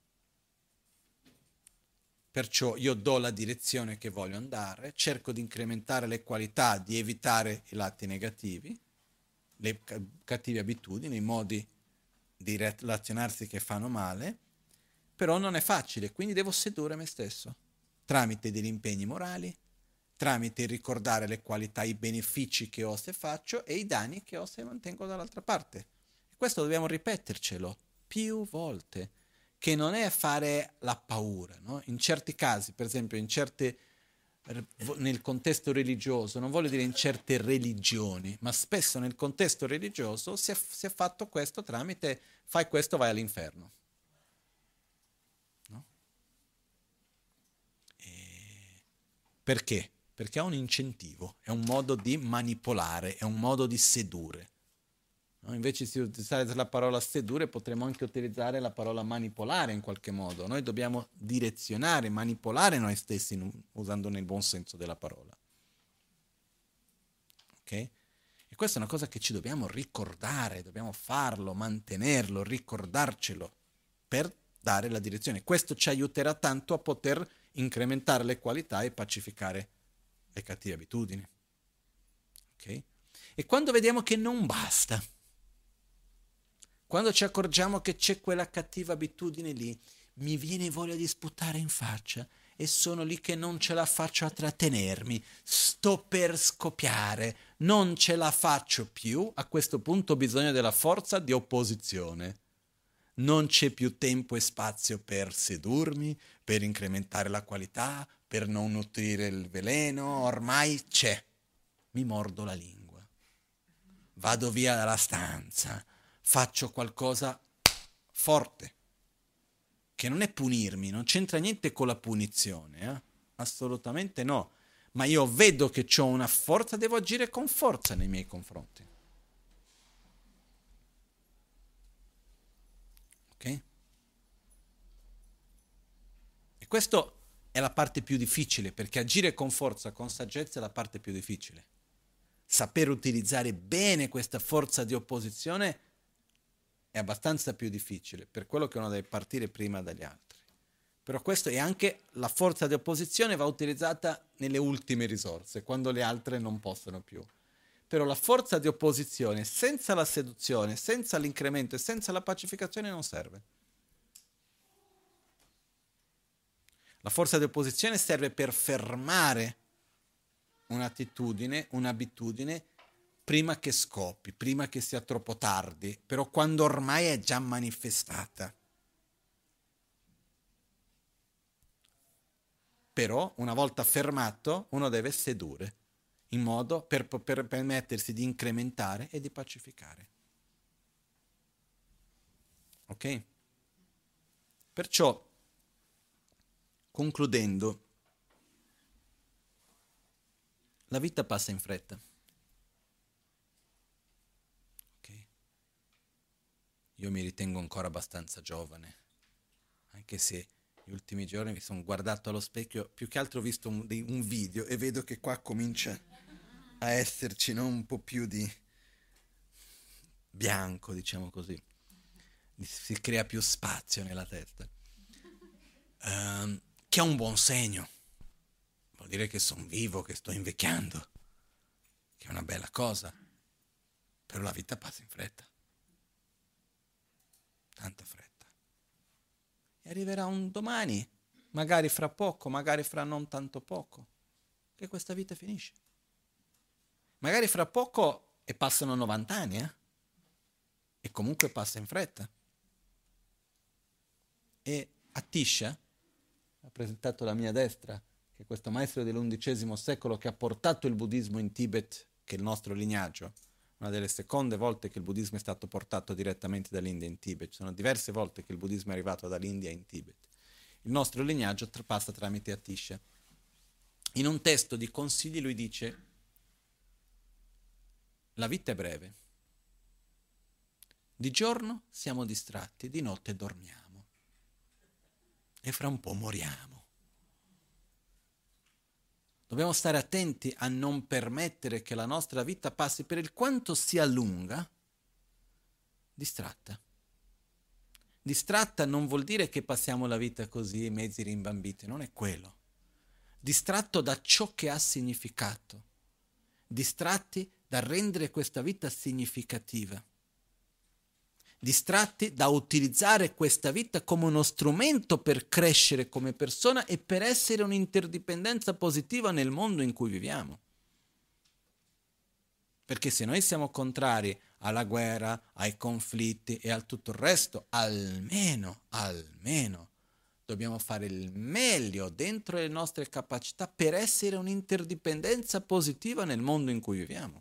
Perciò io do la direzione che voglio andare, cerco di incrementare le qualità, di evitare i lati negativi, le cattive abitudini, i modi di relazionarsi che fanno male, però non è facile, quindi devo sedurre me stesso tramite degli impegni morali, tramite il ricordare le qualità, i benefici che ho se faccio e i danni che ho se mantengo dall'altra parte. E questo dobbiamo ripetercelo più volte, che non è fare la paura, no? In certi casi, per esempio, nel contesto religioso, non voglio dire in certe religioni, ma spesso nel contesto religioso si è fatto questo tramite fai questo, vai all'inferno. No? Perché? Perché è un incentivo, è un modo di manipolare, è un modo di sedurre. No? Invece di utilizzare la parola sedurre potremmo anche utilizzare la parola manipolare in qualche modo. Noi dobbiamo direzionare, manipolare noi stessi usando nel buon senso della parola. Ok? E questa è una cosa che ci dobbiamo ricordare, dobbiamo farlo, mantenerlo, ricordarcelo per dare la direzione. Questo ci aiuterà tanto a poter incrementare le qualità e pacificare le cattive abitudini. Ok? E quando vediamo che non basta, quando ci accorgiamo che c'è quella cattiva abitudine lì, mi viene voglia di sputare in faccia e sono lì che non ce la faccio a trattenermi, sto per scoppiare, non ce la faccio più, a questo punto ho bisogno della forza di opposizione. Non c'è più tempo e spazio per sedurmi, per incrementare la qualità, per non nutrire il veleno, ormai c'è. Mi mordo la lingua, vado via dalla stanza, faccio qualcosa forte, che non è punirmi, non c'entra niente con la punizione, assolutamente no, ma io vedo che ho una forza, devo agire con forza nei miei confronti. Ok? E questo è la parte più difficile, perché agire con forza, con saggezza è la parte più difficile. Saper utilizzare bene questa forza di opposizione è abbastanza più difficile, per quello che uno deve partire prima dagli altri. Però questo è anche la forza di opposizione va utilizzata nelle ultime risorse, quando le altre non possono più. Però la forza di opposizione senza la seduzione, senza l'incremento e senza la pacificazione non serve. La forza di opposizione serve per fermare un'attitudine, un'abitudine, prima che scoppi, prima che sia troppo tardi, però quando ormai è già manifestata. Però, una volta fermato, uno deve sedurre, in modo per permettersi di incrementare e di pacificare. Ok? Perciò, concludendo, la vita passa in fretta. Okay. Io mi ritengo ancora abbastanza giovane, anche se gli ultimi giorni mi sono guardato allo specchio, più che altro ho visto un video e vedo che qua comincia a esserci, no? Un po' più di bianco, diciamo così. Si crea più spazio nella testa. Che è un buon segno. Vuol dire che sono vivo, che sto invecchiando, che è una bella cosa. Però la vita passa in fretta. Tanta fretta. E arriverà un domani, magari fra poco, magari fra non tanto poco, che questa vita finisce. Magari fra poco e passano 90 anni, e comunque passa in fretta. E Atisha ha presentato la mia destra, che è questo maestro dell'undicesimo secolo che ha portato il buddismo in Tibet, che è il nostro lignaggio, una delle seconde volte che il buddismo è stato portato direttamente dall'India in Tibet. Ci sono diverse volte che il buddismo è arrivato dall'India in Tibet. Il nostro lignaggio passa tramite Atisha. In un testo di consigli lui dice: la vita è breve, di giorno siamo distratti, di notte dormiamo e fra un po' moriamo. Dobbiamo stare attenti a non permettere che la nostra vita passi, per il quanto sia lunga, distratta. Distratta non vuol dire che passiamo la vita così, mezzi rimbambiti, non è quello. Distratto da ciò che ha significato. Distratti da rendere questa vita significativa. distratti da utilizzare questa vita come uno strumento per crescere come persona e per essere un'interdipendenza positiva nel mondo in cui viviamo. Perché se noi siamo contrari alla guerra, ai conflitti e a tutto il resto, almeno, dobbiamo fare il meglio dentro le nostre capacità per essere un'interdipendenza positiva nel mondo in cui viviamo.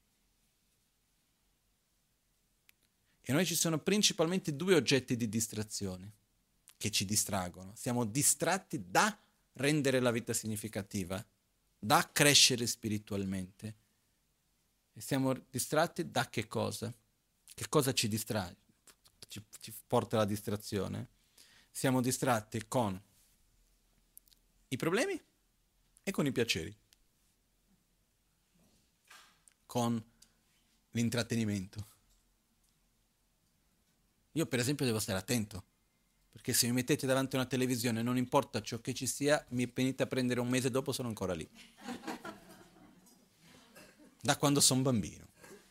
E noi ci sono principalmente due oggetti di distrazione che ci distraggono. Siamo distratti da rendere la vita significativa, da crescere spiritualmente. E siamo distratti da che cosa? Che cosa ci distrae? Ci porta alla distrazione? Siamo distratti con i problemi e con i piaceri, con l'intrattenimento. Io per esempio devo stare attento, perché se mi mettete davanti a una televisione, non importa ciò che ci sia, mi venite a prendere un mese dopo, sono ancora lì. Da quando sono bambino.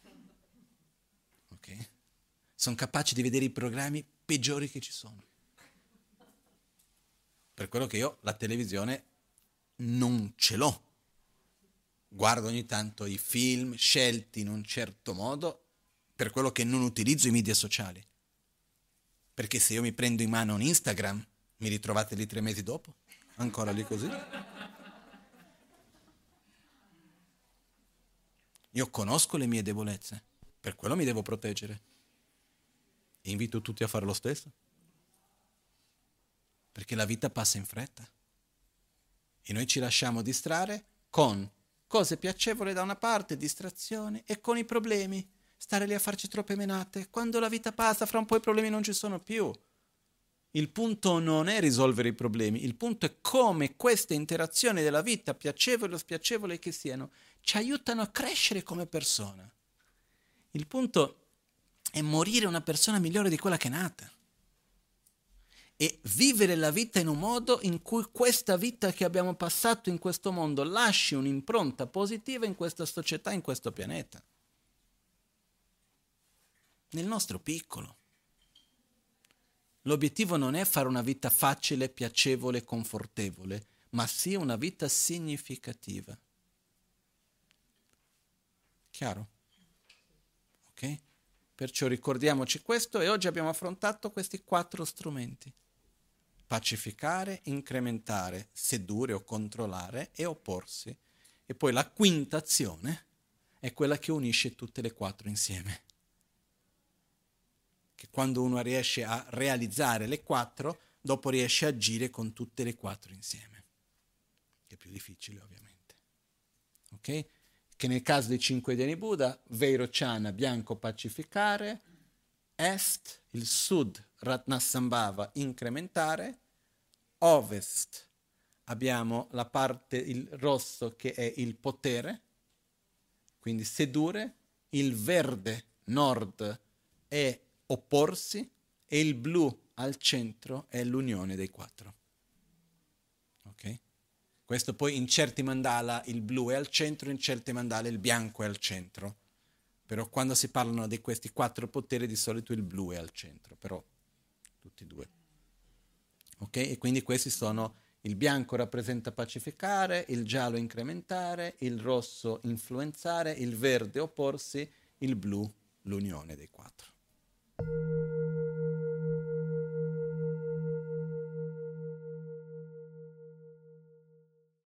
Ok? Sono capace di vedere i programmi peggiori che ci sono. Per quello che io la televisione non ce l'ho. Guardo ogni tanto i film scelti in un certo modo, per quello che non utilizzo i media sociali. Perché se io mi prendo in mano un Instagram, mi ritrovate lì 3 mesi dopo? Ancora lì così? Io conosco le mie debolezze, per quello mi devo proteggere. E invito tutti a fare lo stesso. Perché la vita passa in fretta. E noi ci lasciamo distrarre con cose piacevoli da una parte, distrazione, e con i problemi. Stare lì a farci troppe menate. Quando la vita passa, fra un po' i problemi non ci sono più. Il punto non è risolvere i problemi, il punto è come queste interazioni della vita, piacevoli o spiacevoli che siano, ci aiutano a crescere come persona. Il punto è morire una persona migliore di quella che è nata. E vivere la vita in un modo in cui questa vita che abbiamo passato in questo mondo lasci un'impronta positiva in questa società, in questo pianeta. Nel nostro piccolo. L'obiettivo non è fare una vita facile, piacevole, confortevole, ma sia una vita significativa. Chiaro? Ok? Perciò ricordiamoci questo e oggi abbiamo affrontato questi 4 strumenti. Pacificare, incrementare, sedurre o controllare e opporsi. E poi la quinta azione è quella che unisce tutte le 4 insieme. Che quando uno riesce a realizzare le 4, dopo riesce a agire con tutte le 4 insieme. Che è più difficile ovviamente. Ok? Che nel caso dei 5 Dhyani Buddha, Vairocana, bianco, pacificare, est, il sud, Ratnasambhava, incrementare, ovest, abbiamo la parte, il rosso che è il potere, quindi sedurre, il verde, nord, è opporsi, e il blu al centro è l'unione dei 4. Ok? Questo poi in certi mandala il blu è al centro, in certi mandala il bianco è al centro. Però quando si parlano di questi 4 poteri di solito il blu è al centro, però tutti e 2. Ok? E quindi questi sono, il bianco rappresenta pacificare, il giallo incrementare, il rosso influenzare, il verde opporsi, il blu l'unione dei 4.